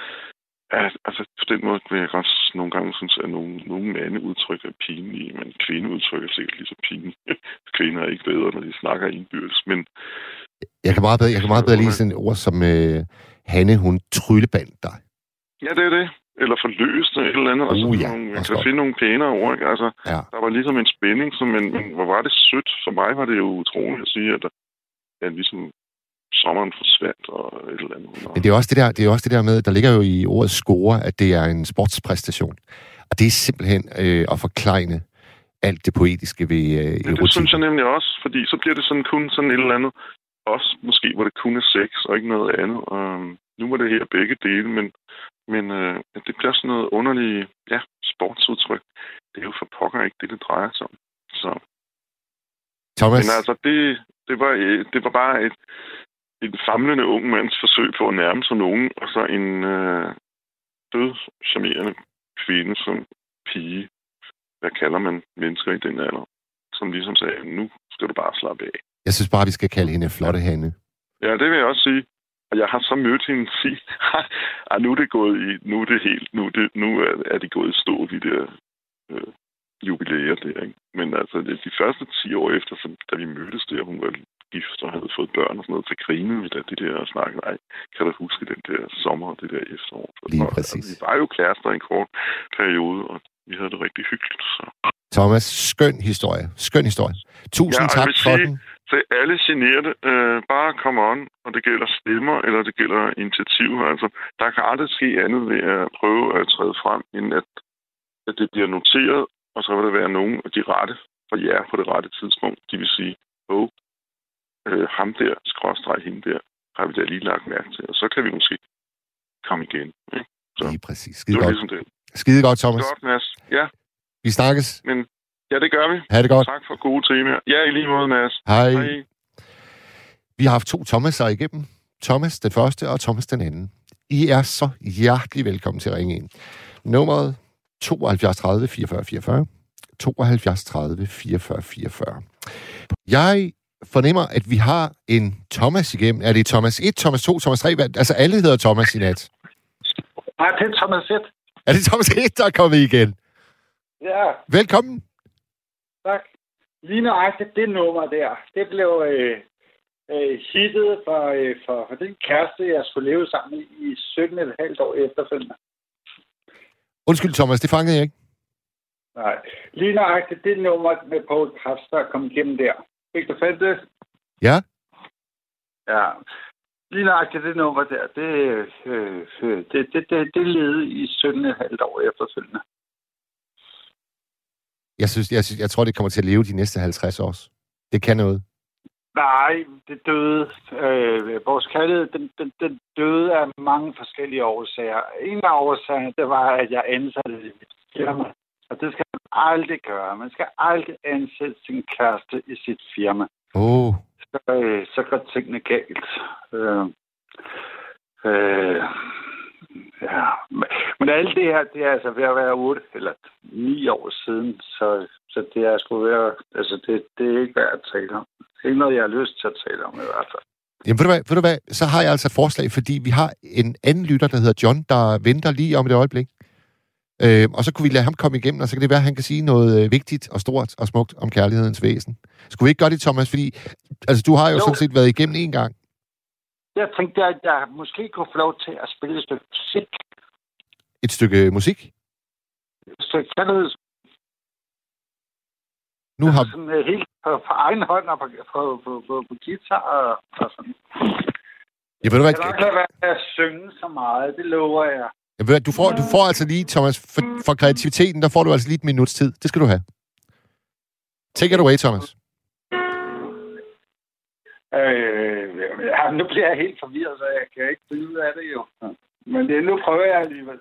At, altså, på den måde vil jeg godt nogle gange synes, at nogle, nogle mande udtryk er pinlige, men kvindeudtryk er sikkert lige så pinlige. Kvinder er ikke bedre, når de snakker indbyrdes, men... Jeg kan meget bedre, jeg kan meget bedre lide sådan et ord som øh, Hanne, hun tryllebandt dig. Ja, det er det. Eller forløst eller et eller andet. Uh, altså, ja. nogle, man kan finde nogle pænere ord, ikke? Altså, ja. Der var ligesom en spænding, så, men, men hvor var det sødt. For mig var det jo utroligt at sige, at der ja, ligesom sommeren forsvandt og et eller andet. Men det er også det der, det er også det der med, der ligger jo i ordet score, at det er en sportspræstation. Og det er simpelthen øh, at forklejne alt det poetiske ved øh, erotik. Det synes jeg nemlig også, fordi så bliver det sådan kun sådan et eller andet, også måske, hvor det kun er sex og ikke noget andet. Um, nu var det her begge dele, men, men øh, det bliver sådan noget underligt, ja, sportsudtryk. Det er jo for pokker ikke det, det drejer sig om. Så. Thomas? Men altså, det, det, var, det var bare et en famlende ung mands forsøg på at nærme sig nogen, og så en øh, død, charmerende kvinde som pige. Hvad kalder man mennesker i den alder? Som ligesom sagde, nu skal du bare slappe af. Jeg synes bare, vi skal kalde hende flotte Hanne. Ja, det vil jeg også sige. Og jeg har så mødt hende og sige, at nu er det gået i, nu er det helt, nu er, det, nu er det gået i stå, de der øh, jubilæer der, ikke? Men altså, det, de første ti år efter, så, da vi mødtes der, hun var gift og havde fået børn og sådan noget, så grinede vi da det der og snakkede, nej, kan du huske den der sommer og det der efterår? Lige og, præcis. Altså, vi var jo kærester i en kort periode, og vi havde det rigtig hyggeligt. Så. Thomas, skøn historie. Skøn historie. Tusind ja, tak for sige, den. Til alle generede, øh, bare come on, og det gælder stemmer, eller det gælder initiativer. Altså, der kan aldrig ske andet ved at prøve at træde frem, end at, at det bliver noteret, og så vil der være nogen af de rette for jer på det rette tidspunkt. De vil sige, åh, oh, øh, ham der, skråstreg hende der, har vi da lige lagt mærke til, og så kan vi måske komme igen. Ikke? Så, lige præcis. Skide det godt. Ligesom det. Skide godt, Thomas. Godt, Mads. Ja. Vi snakkes. Men ja, det gør vi. Ha' det godt. Tak for gode temaer. Ja, i lige måde, Mads. Hej. Hej. Vi har haft to Thomas'er igennem. Thomas den første og Thomas den anden. I er så hjertelig velkommen til at ringe ind. Nummeret tooghalvfjerds tredive fireogfyrre fireogfyrre. tooghalvfjerds tredive fireogfyrre fireogfyrre. Jeg fornemmer, at vi har en Thomas igennem. Er det Thomas et, Thomas to, Thomas tre? Altså alle hedder Thomas i nat. Nej, det er Thomas Zett. Er det Thomas Zett, der er kommet igen? Ja. Velkommen. Tak. Lige nøjagtigt det nummer der, det blev øh, øh, hittet for, øh, for, for den kæreste, jeg skulle leve sammen med i sytten komma fem år efterfølgende. Undskyld, Thomas, det fangede jeg ikke. Nej. Lige nøjagtigt det nummer med Poul Krebs, der kom igennem der. Fik du fandt det? Ja. Ja. Lige nøjagtigt det nummer der, det, øh, det, det, det, det levede i sytten komma fem år efterfølgende. Jeg, synes, jeg, synes, jeg tror, det kommer til at leve de næste halvtreds år. Det kan noget. Nej, det døde. Øh, vores kærlighed, den, den, den døde af mange forskellige årsager. En af årsagerne, det var, at jeg ansatte i mit firma. Og det skal man aldrig gøre. Man skal aldrig ansætte sin kæreste i sit firma. Åh. Oh. Så, øh, så går tingene galt. Øh, øh, ja. Men alt det her, det er altså ved at være otte eller ni år siden. Så, så det er sgu være, altså det, det er ikke værd at tale om. Det er ikke noget, jeg har lyst til at tale om i hvert fald. Jamen, ved du hvad, ved du hvad, så har jeg altså et forslag, fordi vi har en anden lytter, der hedder John, der venter lige om et øjeblik. Øh, og så kunne vi lade ham komme igennem, og så kan det være, at han kan sige noget øh, vigtigt og stort og smukt om kærlighedens væsen. Skulle vi ikke gøre det, Thomas? Fordi altså, du har jo, jo sådan set været igennem en gang. Jeg tænkte, at jeg måske kunne få lov til at spille et stykke musik. Et stykke musik? Et stykke kærligheds. Nu har... Sådan, uh, helt på, på egen hånd og på, på, på, på, på guitar og, og sådan. Ja, ved du hvad? Jeg kan ikke være at synge så meget, det lover jeg. Ja, ved du, du, får, du får altså lige, Thomas, for, for kreativiteten, der får du altså lige et minuts tid. Det skal du have. Take it away, Thomas. Øh, ja, nu bliver jeg helt forvirret, så jeg kan ikke finde ud af det jo. Men det, nu prøver jeg alligevel.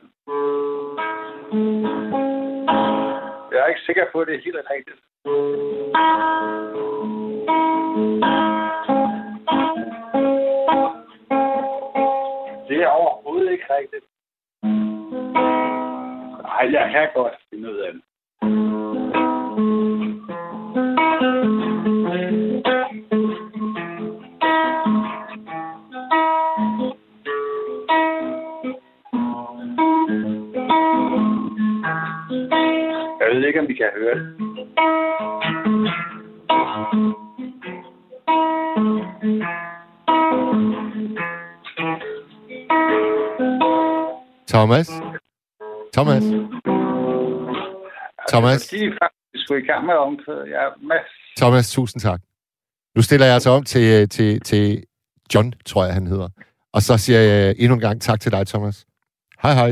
Jeg er ikke sikker på, at det er helt rigtigt. Det er overhovedet ikke rigtigt. Nej, jeg kan godt finde ud af det. Jeg ved ikke, om vi kan høre det. Thomas? Thomas? Thomas? De er faktisk sgu i gang med omkvædet. Jeg er masse. Thomas, tusind tak. Nu stiller jeg altså om til, til, til John, tror jeg, han hedder. Og så siger jeg endnu en gang tak til dig, Thomas. Hej, hej.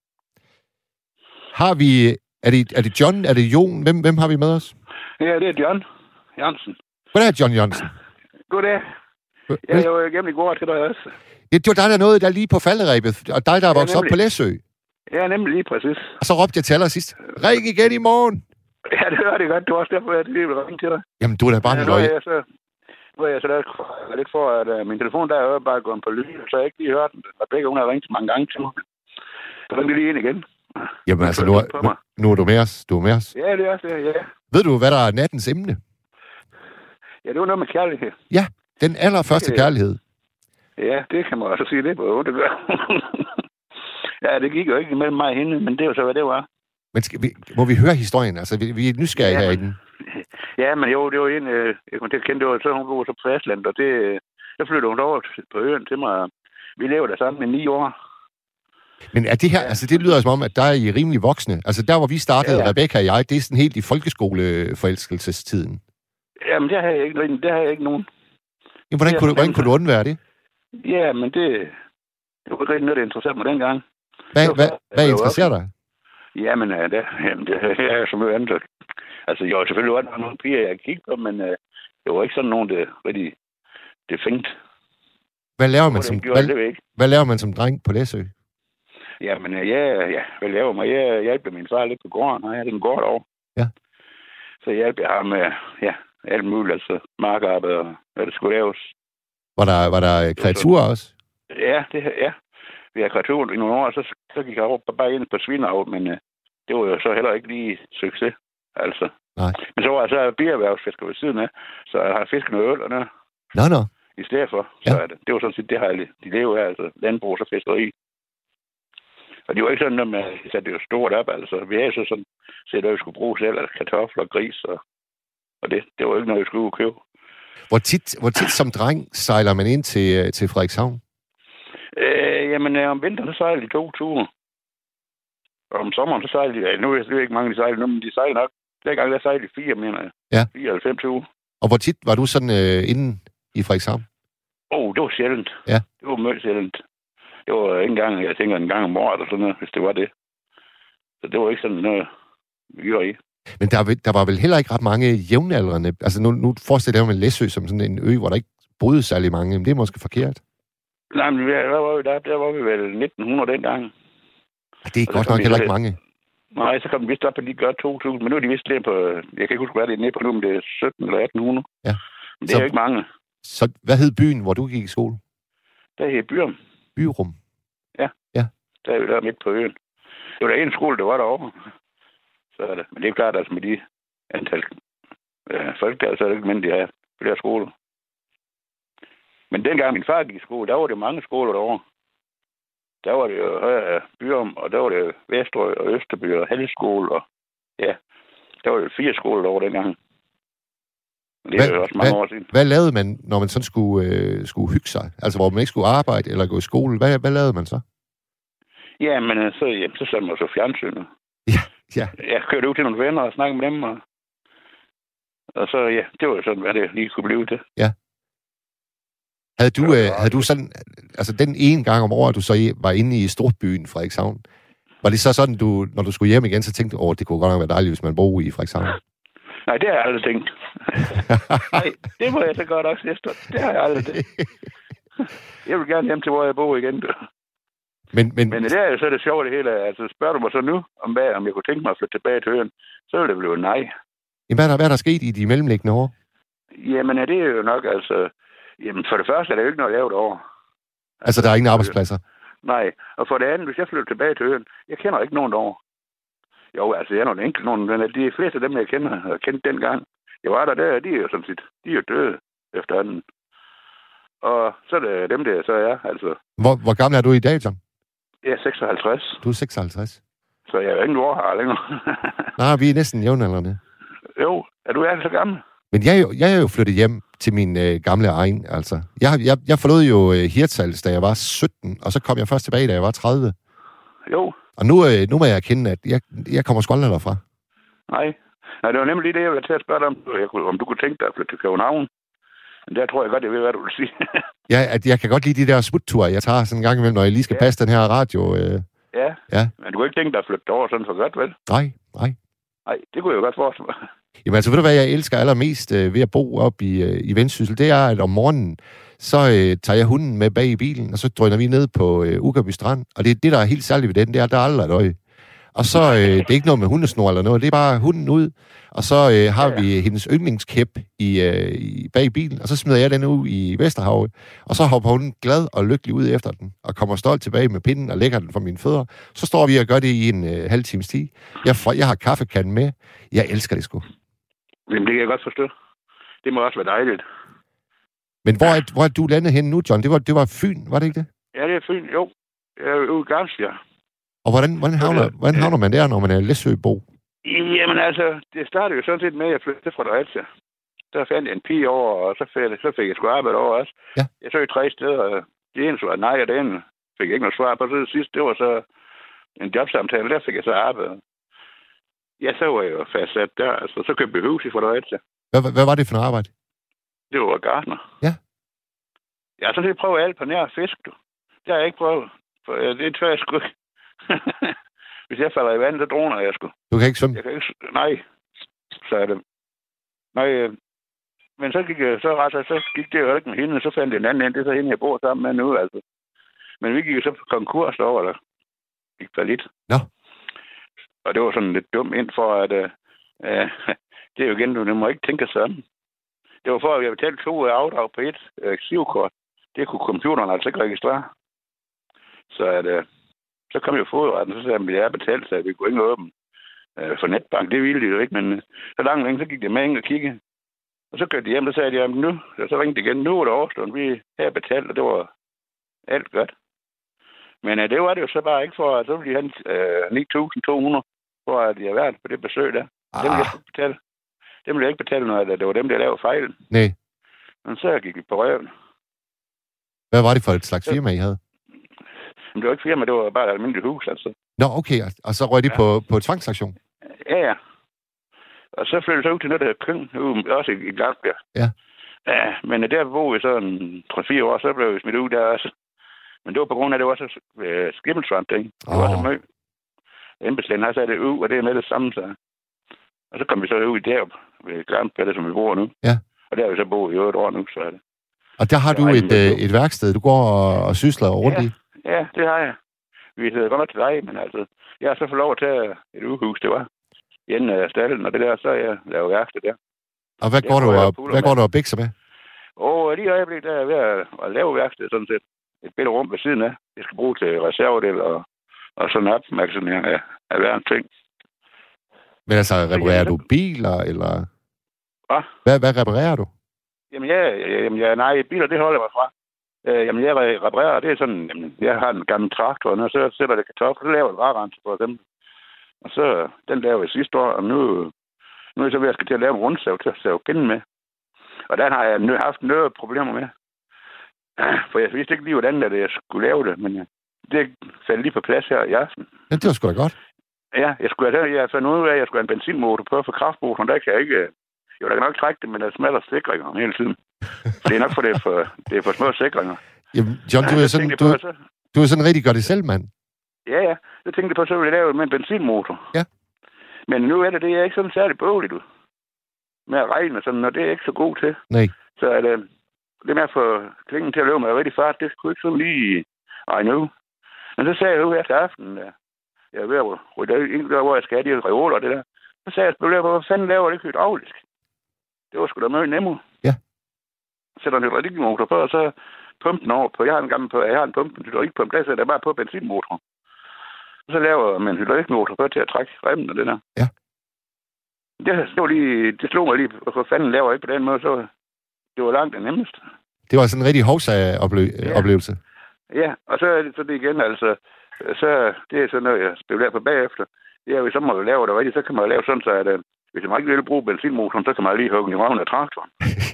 Har vi... Er det, er det John? Er det Jon? Hvem, hvem har vi med os? Ja, det er John Jørgensen. Hvad er John Jørgensen? Goddag. Jeg er jo igennem i går til dig også. Ja, det var dig, der nåede der lige på falderæbet, og dig, der er vokset ja, op på Læsø. Ja, nemlig lige præcis. Og så råbte jeg til allersidst, ring igen i morgen. Ja, det hørte jeg godt. Det var også derfor, jeg lige ville ringe til dig. Jamen, du er da bare ja, en løg. Nu er jeg så lidt for, lidt for at uh, min telefon der er bare gået på lyd, så jeg ikke lige hørt den. Og begge hun har ringet mange gange til mig. Så ringte lige ind igen. Jamen altså, nu er, nu, nu er du med os. Du er med os. Ja, det er også det, ja. Ved du, hvad der er nattens emne? Ja, det var noget med kærlighed. Ja, den allerførste det, kærlighed. Ja, det kan man også sige, det på det gør. Ja, det gik jo ikke mellem mig og hende, men det var så, hvad det var. Men skal vi, må vi høre historien? Altså, vi, vi er nysgerrige ja, herinde. Ja, men jo, det var en, øh, jeg kom til at kende, det var så hun boede så på fastlandet, og det, der flyttede hun over på øen til mig. Vi levede der sammen i ni år. Men er det her, ja. altså det lyder som om, at der er I rimelig voksne. Altså der, hvor vi startede, ja, ja. Rebecca og jeg, det er sådan helt i folkeskoleforelskelsestiden. Jamen, det har jeg ikke, det har jeg ikke nogen. Jamen, hvordan, kunne, du, hvordan kunne du undvære det? Ja, men det, det var ikke rigtig noget, der interesserede mig dengang. Hvad, var, hvad, hvad interesserer dig? Jamen, det, jamen, det er som noget andet. Altså, jo, selvfølgelig var der nogle piger, jeg kiggede på, men uh, det var ikke sådan nogen, der rigtig, det fængt. Hvad laver man, som, hvad, hvad laver man som dreng på Læsø? Jamen, ja, ja, hvad laver man? Jeg hjælper min far lidt på gården, og jeg havde en gård over. Ja. Så jeg hjælper ham med, ja, alt muligt, altså markarbejde og hvad det skulle laves. Var der, var der kreaturer også? Ja, det, ja. Vi har kreaturer i nogle år, og så, så gik jeg over bare ind på svineavl, men uh, det var jo så heller ikke lige succes, altså. Nej. Men så var jeg så bierhvervsfisker ved siden af, så jeg har fisket noget øl og noget. Nå, nå. I stedet for, ja. Så er det, det var sådan set, det har jeg, de lever af, altså landbrug og fiskeri. Og det var ikke sådan, at man satte det jo stort op. Altså, vi havde så sådan set, at vi skulle bruge selv, altså kartofler og gris. Og, og det, det var ikke noget, vi skulle købe. Hvor tit, hvor tit som dreng sejler man ind til, til Frederikshavn? Øh, jamen, om vinteren, så sejler de to ture. Og om sommeren, så sejler de... Ja, nu er det ikke mange, de sejler nu, men de sejler nok. Den gang, der sejler de fire, mener jeg. Ja. Fire eller fem ture. Og hvor tit var du sådan øh, inde i Frederikshavn? Åh, oh, det var sjældent. Ja. Det var meget sjældent. Det var ikke engang, jeg tænker, en gang om året, eller sådan noget, hvis det var det. Så det var ikke sådan noget, vi gjorde i. Men der, der var vel heller ikke ret mange jævnaldrende... Altså nu, nu forestiller jeg mig med Læsø som sådan en ø, hvor der ikke boede særlig mange. Men det er måske forkert. Nej, men der var vi der, der var vi vel nitten hundrede dengang. Det er godt nok heller ikke mange. Nej, så kom vi vist op, at de gør to tusind. Men nu er de vist lidt på... Jeg kan ikke huske, hvad det er nede på nu, men det er sytten eller atten hundrede. Ja. Men det så, er jo ikke mange. Så hvad hed byen, hvor du gik i skole? Der hed Byrum. Byrum? Ja. Ja. Der er vi der midt på øen. Det var der en skole, der var derovre. Så er det. Men det er klart, altså med de antal øh, folk der, så er det ikke mindre, de er på der skole. Men dengang min far gik i skole, der var det mange skoler derovre. Der var det jo øh, Byrum, og der var det Vestrø og Østerby og Halskole, og ja, der var jo fire skoler derovre dengang. Det er hvad, jo også mange hvad, år siden. Hvad lavede man, når man sådan skulle, øh, skulle hygge sig? Altså, hvor man ikke skulle arbejde eller gå i skole. Hvad, hvad lavede man så? Ja, men så, ja, så satte man så fjernsynet. Ja, ja. Jeg kørte ud til nogle venner og snakkede med dem, og, og så, ja, det var jo sådan, hvad det lige kunne blive til. Ja. Havde du, øh, havde du sådan, altså den ene gang om året, du så var inde i storbyen Frederikshavn, var det så sådan, du, når du skulle hjem igen, så tænkte du, åh, det kunne godt nok være dejligt, hvis man boede i Frederikshavn? Nej, det har jeg aldrig tænkt. Nej, det må jeg så godt også efter. Det har jeg aldrig tænkt. Jeg vil gerne hjem til, hvor jeg bor igen. Men, men... men det er jo så det sjove det hele. Altså, spørger du mig så nu, om, hvad, om jeg kunne tænke mig at flytte tilbage til øen, så ville det blive nej. Hvad er der, hvad er der sket i de mellemliggende år? Jamen, det er jo nok, altså... Jamen, for det første er der jo ikke noget lavet over. Altså, altså, der er ingen arbejdspladser? Nej, og for det andet, hvis jeg flytter tilbage til øen, jeg kender ikke nogen derovre. Jo, altså, jeg er nogle enkelt nogen, men de fleste af dem, jeg kender, har kendt dengang. Jeg var der der, de er jo sådan set, de er jo døde efterhånden. Og så er det dem, der så er, altså... Hvor, hvor gammel er du i dag, John? Jeg er seksoghalvtreds. Du er seksoghalvtreds? Så jeg er jo ikke nogen år her længere. Nej, vi er næsten jævnaldrende. Jo, er du er så gammel? Men jeg, jeg er jo flyttet hjem til min øh, gamle egen, altså. Jeg, jeg, jeg forlod jo øh, Hirtshals, da jeg var sytten, og så kom jeg først tilbage, da jeg var tredive. Jo. Og nu, øh, nu må jeg erkende, at jeg, jeg kommer sgu aldrig derfra. Nej. Nej, det var nemlig lige det, jeg ville til at spørge dig, om, om du kunne tænke dig at flytte til København. Men der tror jeg godt, jeg ved, hvad du vil sige. ja, at jeg kan godt lide de der smutture, jeg tager sådan en gang imellem, når jeg lige skal ja. passe den her radio. Øh. Ja. ja, men du kunne ikke tænke dig at flytte over sådan for godt, vel? Nej, nej. Nej, det kunne jeg jo godt forestille mig. Jamen altså, ved du hvad jeg elsker allermest øh, ved at bo op i, øh, i Vendsyssel? Det er, at om morgenen, så øh, tager jeg hunden med bag i bilen, og så drøner vi ned på øh, Uggerby Strand. Og det, det, der er helt særligt ved den, det er, at der er aldrig et øje. Og så, øh, det er ikke noget med hundesnor eller noget, det er bare hunden ud, og så øh, har ja, ja. vi hendes yndlingskæp i, øh, i, bag i bilen, og så smider jeg den ud i Vesterhavet, og så hopper hun glad og lykkelig ud efter den, og kommer stolt tilbage med pinden og lægger den for mine fødder. Så står vi og gør det i en øh, halv times tid. Jeg, får, jeg har kaffekanden med. Jeg elsker det sgu. Jamen, det kan jeg godt forstå. Det må også være dejligt. Men hvor er, hvor er du landet henne nu, John? Det var, det var Fyn, var det ikke det? Ja, det er Fyn, jo. Jeg er ude i Garcia. Og hvordan, hvordan, havner, hvordan havner man der, når man er Læsøbo? Jamen altså, det startede jo sådan set med, at jeg flyttede fra Fredericia. Der fandt jeg en pige over, og så fik, så fik jeg sgu arbejde over også. Ja. Jeg søgte tre steder, og det ene var nej, og det ene fik jeg ikke noget svar på. Så det sidste, det var så en jobsamtale, der fik jeg så arbejde. Ja, så var jeg jo fastsat der, altså så købte jeg hus i Fredericia. Hvad, hvad var det for noget arbejde? Det var gartner. Ja. Jeg har sådan set prøvet alt på nær fisk, du. Det har jeg ikke prøvet, for det tør jeg sgu ikke. Hvis jeg falder i vandet, så droner jeg sgu. Du kan ikke svømme? Jeg kan ikke... Nej, så er det. Nej, øh... men så gik jeg så ret, så gik det jo ikke med hende, så fandt jeg en anden ind. Det er så hende, jeg bor sammen med nu, altså. Men vi gik jo så på konkurs over, der gik for lidt. Nå. Og det var sådan lidt dumt ind for, at øh... det er jo igen, du må ikke tænke sådan. Det var for, at jeg betalte to afdrag på et øh, sivkort. Det kunne computeren altså ikke registrere. Så at... Øh... Så kom jeg jo fodretten, så sagde jeg, at jeg er betalt, så vi kunne ikke åbne øh, for netbank. Det ville de jo ikke, men øh, så langt længe, så gik det med ind og kigge. Og så kørte de hjem, og så sagde de, at nu, og så ringte de igen, nu er det overstået, vi havde betalt, og det var alt godt. Men uh, det var det jo så bare ikke for, at så ville de have uh, ni tusind to hundrede, for at de har været på det besøg der. Ah. Det ville jeg ikke betale. Det ville jeg ikke betale noget, det var dem, der lavede fejlen. Nej. Men så gik vi på røven. Hvad var det for et slags firma, I havde? Men det var ikke firma, det var bare et almindeligt hus, altså. Nå, okay, og så røg de ja. på, på tvangsaktion? Ja, ja. Og så flyttede jeg ud til noget, der hedder Køng, også i Glasbjerg. Ja. Ja, men der boede jeg sådan tre fire år, så blev jeg smidt ud der også. Men det var på grund af, at det var så øh, skimmelsvamp, ikke? Det var oh. så meget. Embedslægen har sat det ud, og det er med det samme, så. Og så kom vi så ud i derop ved Glasbjerg, som vi bor nu. Ja. Og der har vi så boet i otte år nu, så er det. Og der har du et, øh, et værksted, du går og, og sysler rundt ja. i? Ja, det har jeg. Vi hedder godt nok til dig, men altså, jeg har så fået lov at tage et ugehus, det var. I enden af stallen, og det der, så er jeg lavet værksted der. Og hvad går, du og, hvad går du og bikser med? Og lige i øjeblikket, der er jeg ved at, at lave værksted, sådan set. Et bedre rum ved siden af. Jeg skal bruge til reservedel og, og sådan opmærksomhed af, af hver en ting. Men altså, reparerer du biler, eller? Hvad? Hvad, hvad reparerer du? Jamen, ja, jamen, ja, nej, biler, det holder jeg mig fra. Øh, jamen, jeg reparerer, det er sådan, jamen, jeg har en gammel traktor, og så sætter det kartofler, så laver jeg varerenser for dem. Og så, den laver jeg sidste år, og nu, nu er jeg så ved at skal til at lave en rundsav til at save pinden med. Og den har jeg haft noget problemer med. For jeg vidste ikke lige, hvordan det, jeg skulle lave det, men det faldt lige på plads her i aften. Ja, det var sgu da godt. Ja, jeg skulle have jeg fandt ud af, at jeg skulle have en benzinmotor på for kraftmotoren, der kan jeg ikke. Jo, der kan nok trække det, men der smaller sikringer hele tiden. Det er nok for det er for, det er for små sikringer. Jamen, John, du er sådan, du, du er sådan rigtig godt i selv, mand. Ja, ja. Jeg tænkte på, så ville jeg lave med en benzinmotor. Ja. Men nu er det, det er ikke sådan særlig bøvligt, du. Med at regne og sådan, og det er jeg ikke så god til. Nej. Så er det, det med at få klingen til at løbe med rigtig fart, det skulle ikke sådan lige regne ud. Men så sagde jeg jo her til aftenen, jeg er ved at rydde ind der, hvor jeg skal have de reoler og det der. Så sagde jeg, at hvad fanden laver det hydraulisk? Det var sgu da meget nemmere. Ja. Sætter en hydraulikmotor på, og så pumpen over på. Jeg har en gammel på, jeg har en pumpe, en hydraulikpumpe, der sætter jeg bare på benzinmotoren. Og så laver man en hydraulikmotor på til at trække remmen og det der. Ja. Det, det, var lige, det slog mig lige, for fanden laver jeg ikke på den måde, så det var langt det nemmeste. Det var sådan en rigtig hovsa-oplevelse. Ja. ja, og så er det, så det igen, altså, så det er sådan noget, jeg spekulerer på bagefter. Det er jo, så må du lave det rigtigt, så kan man lave sådan, så at, hvis man ikke vil bruge benzinmotoren, så kan man lige hugge i røven af traktoren.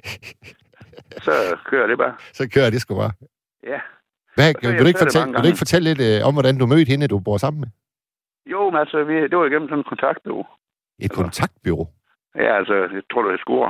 Så kører det bare. Så kører det sgu bare. Ja. Hvad, vil, du ikke fortælle, vil du ikke fortælle lidt øh, om, hvordan du mødte hende, du bor sammen med? Jo, men altså, vi, det var igennem sådan en kontaktbureau. Et kontaktbureau? Ja, altså, jeg tror, det er Skor.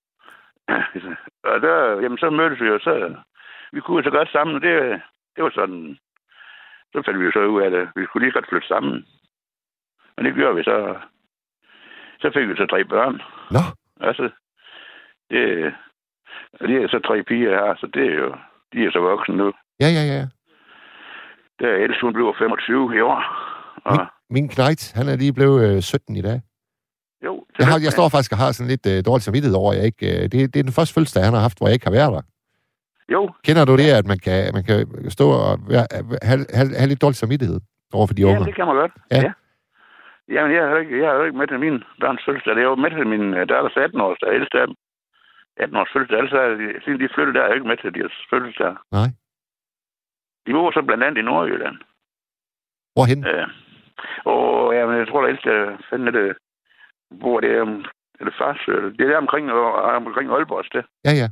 Og der, jamen, så mødtes vi jo, så vi kunne så godt sammen, og det, det var sådan, så fandt vi jo så ud af det. Vi skulle lige godt flytte sammen. Men det gjorde vi så. Så fik vi så tre børn. Nå? Altså, det, det er så tre piger her, så det er jo, de er så voksne nu. Ja, ja, ja. Der er ældst, hun blev femogtyve i år. Og min, min knejt, han er lige blevet øh, sytten i dag. Jo. Jeg, har, jeg står faktisk og har sådan lidt øh, dårligt samvittighed over, jeg ikke... Øh, det, det er den første fødselsdag, han har haft, hvor jeg ikke har været der. Jo. Kender du det, at man kan, man kan stå og være, have, have, have lidt dårlig samvittighed over for de unge? Ja, det kan man godt. Ja. ja. Jamen, jeg har ikke, jeg har ikke med til min børns fødselsdag. Jeg var med til min datters atten-års, der er ældste af dem. atten-års fødselsdag, altså siden de flyttede der, er jeg ikke med til deres fødselsdag. Nej. De bor så blandt andet i Nordjylland. Hvorhen? Ja. Og jamen, jeg tror, der ældste fanden er det, hvor det er, er det fast, det er der omkring, omkring Aalborg sted. Ja, ja.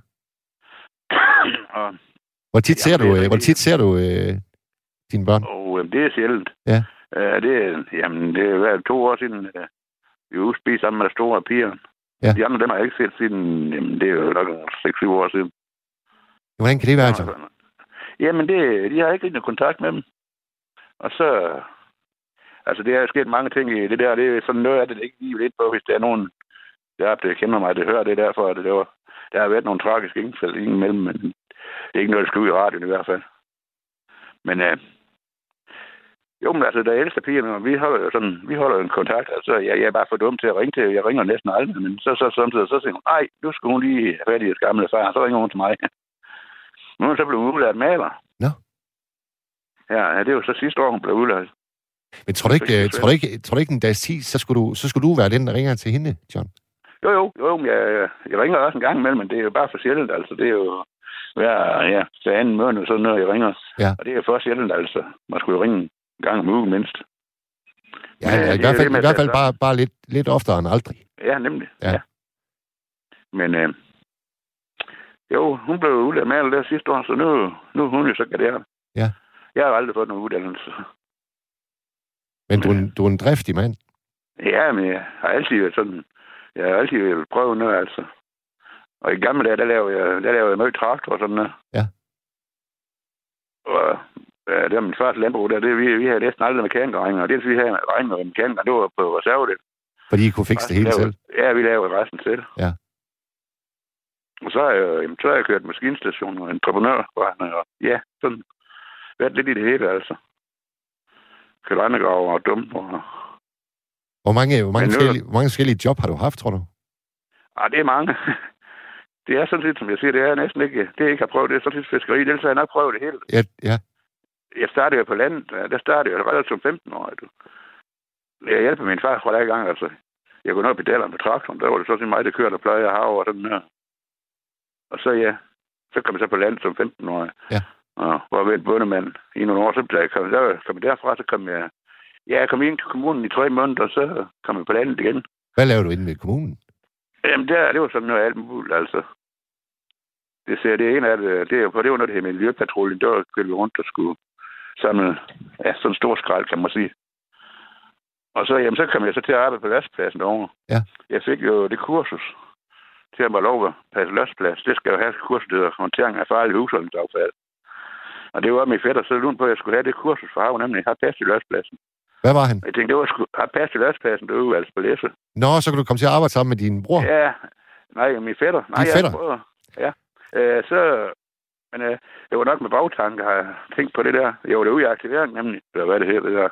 og, hvor tit ser du, øh, hvor tit ser du øh, dine børn? Og øh, det er sjældent. Ja. Uh, det, jamen, det er været to år siden, uh, vi var udspist sammen med de store piger. Ja. De andre, dem har jeg ikke set siden, jamen, det er jo nok seks syv år siden. Hvordan kan det være, altså? Jamen, det, de har ikke rigtig kontakt med dem. Og så, altså, det er sket mange ting i det der, det er sådan noget af det, det ikke lige lidt på, hvis der er nogen, der, der kender mig, det hører det derfor, at det var, der har været nogle tragiske indfald imellem, men det er ikke noget, der skal ud i radioen i hvert fald. Men, uh, jo, men altså, der er ældste pigerne, vi holder jo sådan, vi holder jo en kontakt. Altså, jeg, jeg er bare for dum til at ringe til. Jeg ringer næsten aldrig, men så, så samtidig, så siger hun, nej, nu skal hun lige have fat i et gamle far. Så ringer hun til mig. Nu er hun så blevet udlært maler. Nå. Ja, det er jo så sidste år, hun blev udlært. Men tror du ikke, tror du ikke, tror du ikke en dags tid, så skulle du, så skulle du være den, der ringer til hende, John? Jo, jo, jo, jeg, jeg ringer også en gang imellem, men det er jo bare for sjældent, altså. Det er jo, hver, ja, hver anden måned, så når jeg ringer. Ja. Og det er først sjældent, altså. Man skulle jo ringe en gang om ugen mindst. Ja, ja, ja i, hvert fald, det, i hvert fald bare, bare lidt, lidt oftere end aldrig. Ja, nemlig. Ja. Ja. Men øh, jo, hun blev uddannet med alt det sidste år, så nu, nu er hun jo så garderet. Ja. Jeg har aldrig fået nogen uddannelse. Men du, er, du er en driftig mand. Ja, men jeg har altid været sådan... Jeg har altid vil prøve noget, altså. Og i gamle dage, der lavede jeg, der lavede jeg noget traktor og sådan noget. Ja. Og ja, det var min første landbrug der. Det, vi, vi havde næsten aldrig mekanikerregninger. Og det, vi havde regninger med mekanikere, det var på reservedel. Fordi I kunne fikse det hele lavede, selv? Ja, vi lavede resten selv. Ja. Og så har jeg, jamen, så har jeg kørt maskinstation og entreprenørforretning. Og ja, sådan været lidt i det hele, altså. Kørt rendegraver og dumper. Og... Hvor mange, hvor, mange nu... forskellige, hvor mange forskellige job har du haft, tror du? Ah, det er mange. Det er sådan set, som jeg siger, det er næsten ikke, det jeg ikke har prøvet, det er sådan set fiskeri, ellers har jeg nok prøvet det hele. Ja, ja. Jeg startede jo på landet, der startede jeg relativt som femten år. Jeg hjælper min far fra der gang, altså. Jeg går ned på pedalerne med traktoren, der var det sådan mig, der kørte og pløjer hav og sådan her. Og så ja, så kom jeg så på landet som femten år. Ja. Og var ved en bondemand i nogle år, så blev jeg kommet, der kom jeg derfra, så kom jeg, ja, jeg kom ind til kommunen i tre måneder, og så kom jeg på landet igen. Hvad lavede du inde ved kommunen? Jamen, der, det var sådan noget alt muligt, altså. Det ser det ene af det, det er på det var noget, det her med miljøpatruljen, der var kørt rundt og skulle samle, ja, sådan en stor skrald, kan man sige. Og så, jamen, så kom jeg så til at arbejde på lastpladsen derovre. Ja. Jeg fik jo det kursus til at være lov at passe lastplads. Det skal jo have kursus, der hedder håndtering af farlige husholdningsaffald. Og det var min fætter så lund på, at jeg skulle have det kursus for hav, nemlig har passet i lastpladsen. Hvad var han? Jeg tænkte, det var sgu, har passet i lastpladsen, det var jo altså på læse. Nå, så kan du komme til at arbejde sammen med din bror? Ja, nej, min fætter. Nej, din fætter? Jeg, ja. Øh, så, men øh, det var nok med bagtanke, har jeg tænkt på det der. Jeg var derude i aktivering, nemlig, eller hvad det hedder, det der.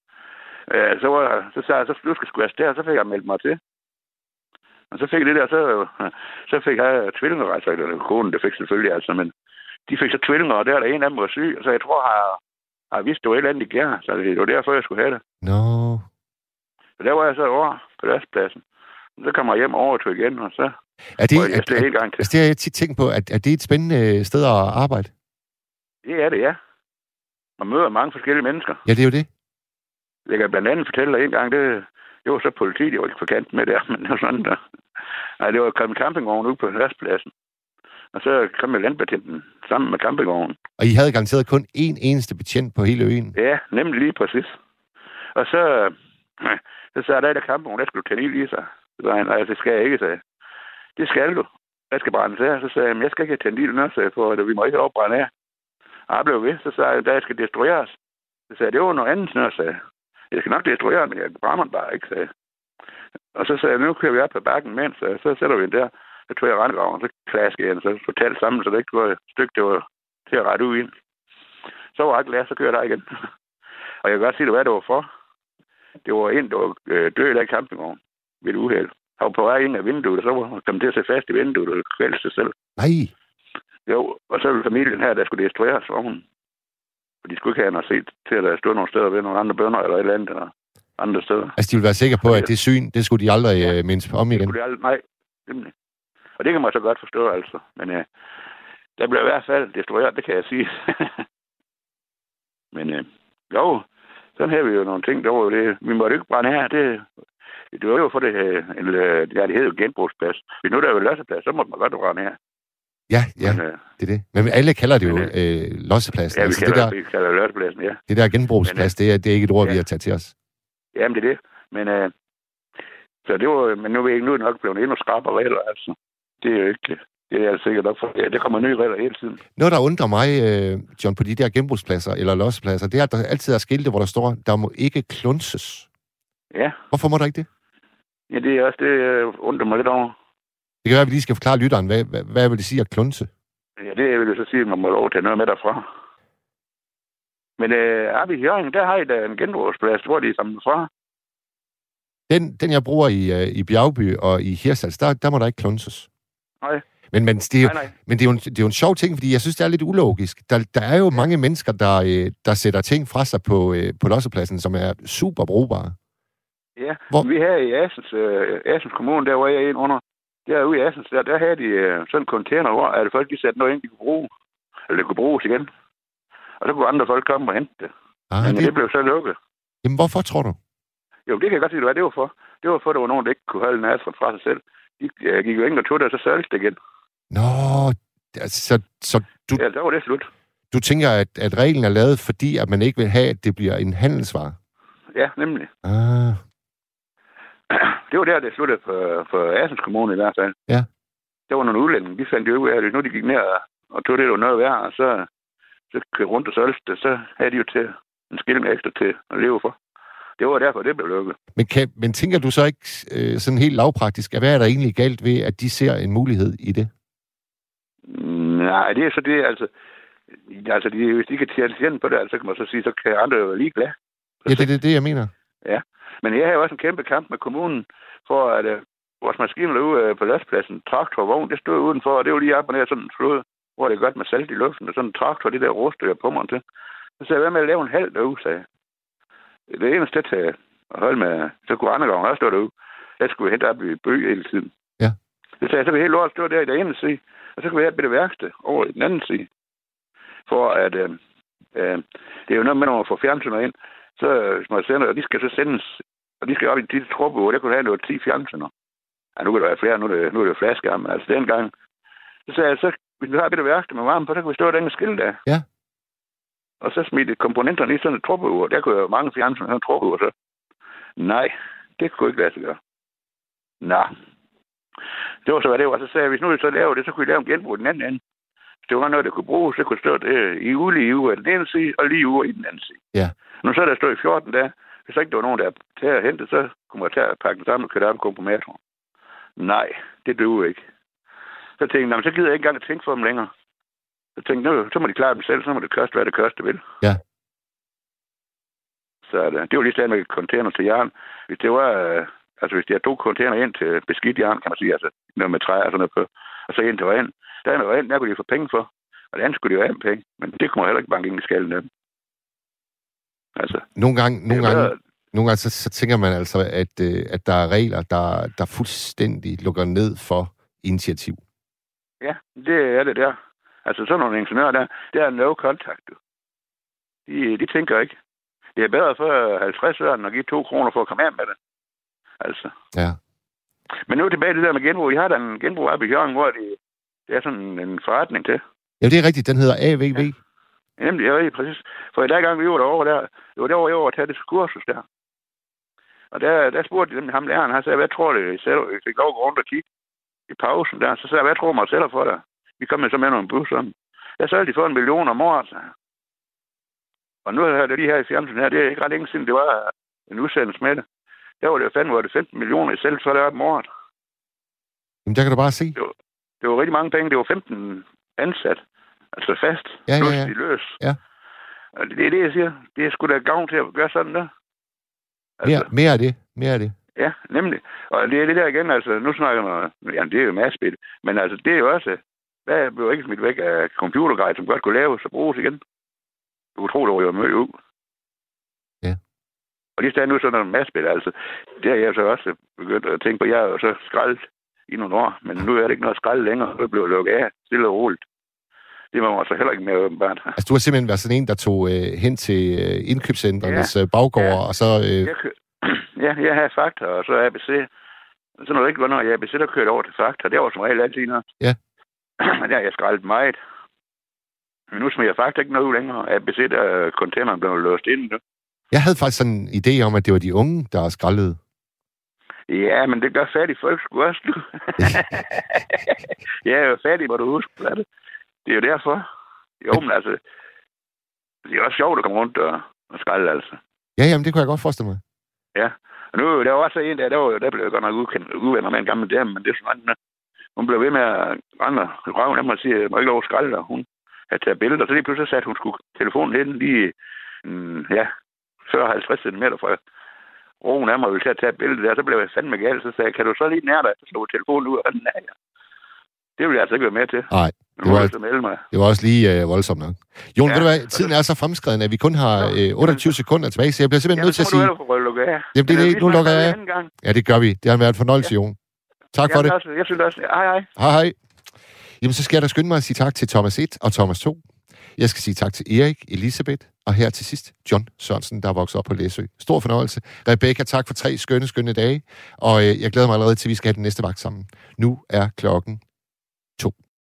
Øh, så, var, så sagde jeg, så du skal sgu afsted, så fik jeg meldt mig til. Og så fik det der, så, så fik jeg tvillinger, altså, eller konen, det fik selvfølgelig, altså, men de fik så tvillinger, og der er der en af dem var syg, så jeg tror, jeg har vidst, det var et eller andet i gær, så det var derfor, jeg skulle have det. Nå. No. Så der var jeg så over på lastpladsen. Så kom jeg hjem over og tog igen, og så er det, jeg er, en gang til. Altså, det har jeg tit tænkt på, at er det et spændende sted at arbejde? Det er det, ja. Man møder mange forskellige mennesker. Ja, det er jo det. Jeg kan blandt andet fortælle dig en gang, det, det var så politiet, jeg var ikke forkant med der, men det var sådan der. Nej, det var kommet campingvogn ude på lastpladsen. Og så kom jeg landbetjenten sammen med campingvognen. Og I havde garanteret kun én eneste betjent på hele øen? Ja, nemlig lige præcis. Og så, så sagde jeg, der er campingvogn, der skal du tage i lige sig. Så sagde han, nej, det skal jeg ikke, sagde jeg. Det skal du. Jeg skal brænde af. Så sagde jeg, jeg skal ikke tænde ild noget, sagde jeg, for vi må ikke opbrænde af. Og jeg blev ved, så sagde jeg, da jeg skal destrueres. Så sagde jeg, det var noget andet snør, sagde jeg. Jeg skal nok destruere, men jeg brænder den bare ikke, sagde jeg. Og så sagde jeg, nu kører vi op på bakken med, så, så sætter vi den der. Så tog jeg rendegraven, så klaskede jeg den, så totalt sammen, så det ikke var et stykke, det var til at rette ud ind. Så var jeg glad, så kører jeg der igen. Og jeg kan godt sige dig, hvad det var for. Det var en, der var død af campingvognen ved et uheld. Han var på vej ind af vinduet, og så var han kommet til at se fast i vinduet og kvælde sig selv. Nej. Jo, og så var familien her, der skulle destrueres vognen. For de skulle ikke have noget set til, at der stod nogle steder ved nogle andre bønder eller et eller andet, eller andre steder. Altså, de ville være sikre på, at det syn, det skulle de aldrig ja. mindst om igen? Det skulle de aldrig, nej. Nemlig. Og det kan man så godt forstå, altså. Men øh, der blev i hvert fald destrueret, det kan jeg sige. Men øh, jo, sådan her vi jo nogle ting, der var jo det. Vi måtte ikke brænde her, det, det var jo for det, en, ja, det hed jo genbrugsplads. Hvis nu der var losseplads, så måtte man godt brænde her. Ja, ja, men, øh, det er det. Men alle kalder det jo men, øh, lossepladsen. Ja, vi altså, kalder det, der, vi kalder det lossepladsen, ja. Det der genbrugsplads, men, det, er, det er ikke et ord, ja. vi har taget til os. Jamen, det er det. Men, øh, så det var, men nu er jeg ikke nok blevet endnu skarpere regler, altså. Det er jo ikke... Det er altså sikkert nok for. Ja, det kommer nye regler hele tiden. Noget, der undrer mig, øh, John, på de der genbrugspladser eller lossepladser, det er, at der altid er skilte, hvor der står, der må ikke klunses. Ja. Hvorfor må der ikke det? Ja, det er også det, jeg undrer mig lidt over. Det kan være, at vi lige skal forklare lytteren, hvad, hvad, hvad vil det sige at klunse? Ja, det vil jeg så sige, at man må lov at tage noget med derfra. Men øh, oppe i Hjørring, der har I da en genbrugsplads, hvor de er samlet fra. Den, den jeg bruger i, uh, i Bjergby og i Hirtshals, der, der må der ikke klunses. Nej. Men, men, det er jo, nej, nej. men det, er jo en, det er jo en sjov ting, fordi jeg synes, det er lidt ulogisk. Der, der er jo mange mennesker, der, øh, der sætter ting fra sig på, øh, på lossepladsen, som er super brugbare. Ja, Hvor... vi her i Assens, øh, Assens Kommune, der var jeg ind under, derude i Assens, der, der havde de øh, sådan en container, hvor at folk de satte noget ind, de kunne bruge. Eller det kunne bruges igen. Og så kunne andre folk komme og hente det. Ah, Men det... det blev så lukket. Jamen, hvorfor tror du? Jo, det kan jeg godt sige, hvad det var for. Det var for, at der var nogen, der ikke kunne holde næsen fra sig selv. De ja, gik jo ind og tog det, og så solgte det igen. Nå, så, så du... Ja, der var det slut. Du tænker, at, at reglen er lavet, fordi at man ikke vil have, at det bliver en handelsvare? Ja, nemlig. Ah. Det var der, det sluttede for, for Assens Kommune i hvert fald. Ja. Der var nogle udlændinge, de fandt jo ud af det. Nu de gik ned og tog det, der var noget værd, og så, så kørte rundt og solgte det. Så havde de jo til en skilling ekstra til at leve for. Det var derfor, det blev lukket. Men, kan, men tænker du så ikke øh, sådan helt lavpraktisk, at hvad er der egentlig galt ved, at de ser en mulighed i det? Nej, det er så det, altså... Altså, de, hvis de kan tjene på det, altså, så kan man så sige, så kan andre jo være ligeglade. Ja, det er det, det, jeg mener. Ja, men jeg har jo også en kæmpe kamp med kommunen, for at uh, vores maskiner derude uh, på lastpladsen, traktor og vogn, det stod udenfor, og det var lige op og ned sådan en flod, hvor det er godt med salt i luften, og sådan en traktor, det der råstykker på mig til. Så sagde jeg, hvad med at lave en halv derude, sagde jeg. Det eneste til at holde med, så kunne andre gange også stå derude. Der skulle vi hente op i bøg hele tiden. Ja. Så sagde jeg, så vil helt lort stå der i den ene side, og så kan vi have et bitte værksted over i den anden side. For at, øh, øh, det er jo noget med, når man får fjernsynet ind, så må sender, og de skal så sendes, og de skal op i de trupper, der kunne have noget ti fjernsyner. Ja, nu kan der være flere, nu er det, nu er det jo flaskere, men altså dengang, så sagde jeg, så hvis vi har et bitte værksted med varme på, så kan vi stå der og skille der. Ja. Og så smidte komponenterne i sådan et truppeur. Der kunne jo mange fjernsyner have en truppeur, så. Nej, det kunne ikke lade sig gøre. Nå. Det var så, hvad det var. Så sagde jeg, hvis nu vi så laver det, så kunne vi lave en genbrug i den anden ende. Det var noget, der kunne bruges, så kunne stå det i ulige uger i den ene side, og lige uger i den anden side. Ja. Nu så er der stået i fjorten dage. Hvis ikke der var nogen, der tager at hente, så kunne man tage at pakke den sammen og køre det op med komprimator. Nej, det duer ikke. Så tænkte jeg, så gider jeg ikke engang at tænke for dem længere. Så tænkte jeg, så må de klare dem selv, så må det koste, hvad det koste vil. Ja. Så det, det var lige sådan med container til jern. Hvis det var, altså hvis de har to container ind til beskidt jern, kan man sige, altså noget med træ og sådan noget på, og så ind til rent. Der er noget rent, der kunne de få penge for. Og det andet skulle de jo have med penge. Men det kommer heller ikke banke ind i skallen af dem. Altså. Nogle gange, nogle gange, bedre... nogle gange så, så tænker man altså, at, øh, at der er regler, der, der fuldstændig lukker ned for initiativ. Ja, det er det der. Altså sådan nogle ingeniører der, det er no contact. De, de tænker ikke. Det er bedre for halvtreds øre, end at give to kroner for at komme af med det. Altså. Ja. Men nu tilbage til det der med genbrug. Jeg har da en genbrug op i Hjørring, hvor de, det er sådan en forretning til. Ja, det er rigtigt. Den hedder A V V. Ja. Nemlig, ja, rigtig præcis. For i dag gang vi var derovre der, det var derovre, jeg var at tage det kursus der. Og der, der spurgte de nemlig ham læreren, han sagde, hvad tror du, I sælger? Jeg fik lov at gå rundt og kigge i pausen der. Så sagde jeg, hvad tror du, man sælger for dig? Vi kom med så med nogle bus om. Jeg så de for en million om året. Og nu er det lige her i fjernsynet her, det er ikke ret længe siden, det var en udsendelse med det. Der var det jo fandme, var det femten millioner i selv, så er det om året. Jamen, der kan du bare se. Det var, det var rigtig mange penge. Det var femten ansat. Altså fast. Ja, ja, ja. Plus de løs. Ja. Og det er det, jeg siger. Det er sgu da gavn til at gøre sådan der. Altså, mere, mere af det. Mere af det. Ja, nemlig. Og det er det der igen, altså, nu snakker man, jamen det er jo massespil, men altså, det er jo også, hvad blev ikke smidt væk af computergrej, som godt kunne laves og bruges igen. Du kunne tro, det var jo møg ud. Ja. Og lige stadig nu sådan noget massespil, altså, det har jeg så også begyndt at tænke på. Jeg er jo så skrællet i nogle år, men nu er det ikke noget skrald længere, det blev lukket af, stille og roligt. Det var man så heller ikke mere åbenbart. Altså, du har simpelthen været sådan en, der tog øh, hen til øh, indkøbscentrenes ja. baggård, ja. og så... Øh... Jeg kø... Ja, jeg havde Fakta, og så A B C. Så når det ikke var noget, A B C, der kørte over til Fakta. Det var som regel altid noget. Ja. Men der har jeg skrællet meget. Men nu smider jeg Fakta ikke noget ud længere. A B C, der containeren blev låst ind nu. Jeg havde faktisk sådan en idé om, at det var de unge, der skrællede. Ja, men det gør fattige folk sgu også nu. Jeg er jo fattig, hvor du husker det. Det er jo derfor. Jo, men altså, det er også sjovt at komme rundt og, og skralde, altså. Ja, jamen, det kunne jeg godt forestille mig. Ja. Og nu, der var også en der, der, var, der blev jeg godt nok udkendt, uvenner med en gammel dame, men det er sådan noget. Hun blev ved med at rende røven af mig og sige, at jeg må ikke lov at skralde, og hun havde taget billeder. Så lige pludselig satte hun skulle telefonen hen lige, mm, ja, fyrre til halvtreds centimeter fra roen af mig, og ville tage et billede der. Så blev jeg fandme galt, så sagde jeg, kan du så lige nær dig, så slog telefonen ud af den af jer. Det ville jeg altså ikke være med til. Nej. Det var, det var også lige øh, voldsomt nok. Jon, ja, ved du hvad, tiden er så fremskreden, at vi kun har øh, otteogtyve sekunder tilbage, så jeg bliver simpelthen ja, nødt til at sige... Ja, Jamen, det er det, nu lukker jeg af. Ja, det gør vi. Det har været en fornøjelse, ja. Jon. Tak for jeg det. Også, jeg synes også. Hej, hej. Hej, hej. Jamen, så skal jeg da skynde mig at sige tak til Thomas et og Thomas to. Jeg skal sige tak til Erik, Elisabeth, og her til sidst John Sørensen, der er vokset op på Læsø. Stor fornøjelse. Rebecca, tak for tre skønne, skønne dage, og øh, jeg glæder mig allerede til, at vi skal have den næste vagt sammen. Nu er klokken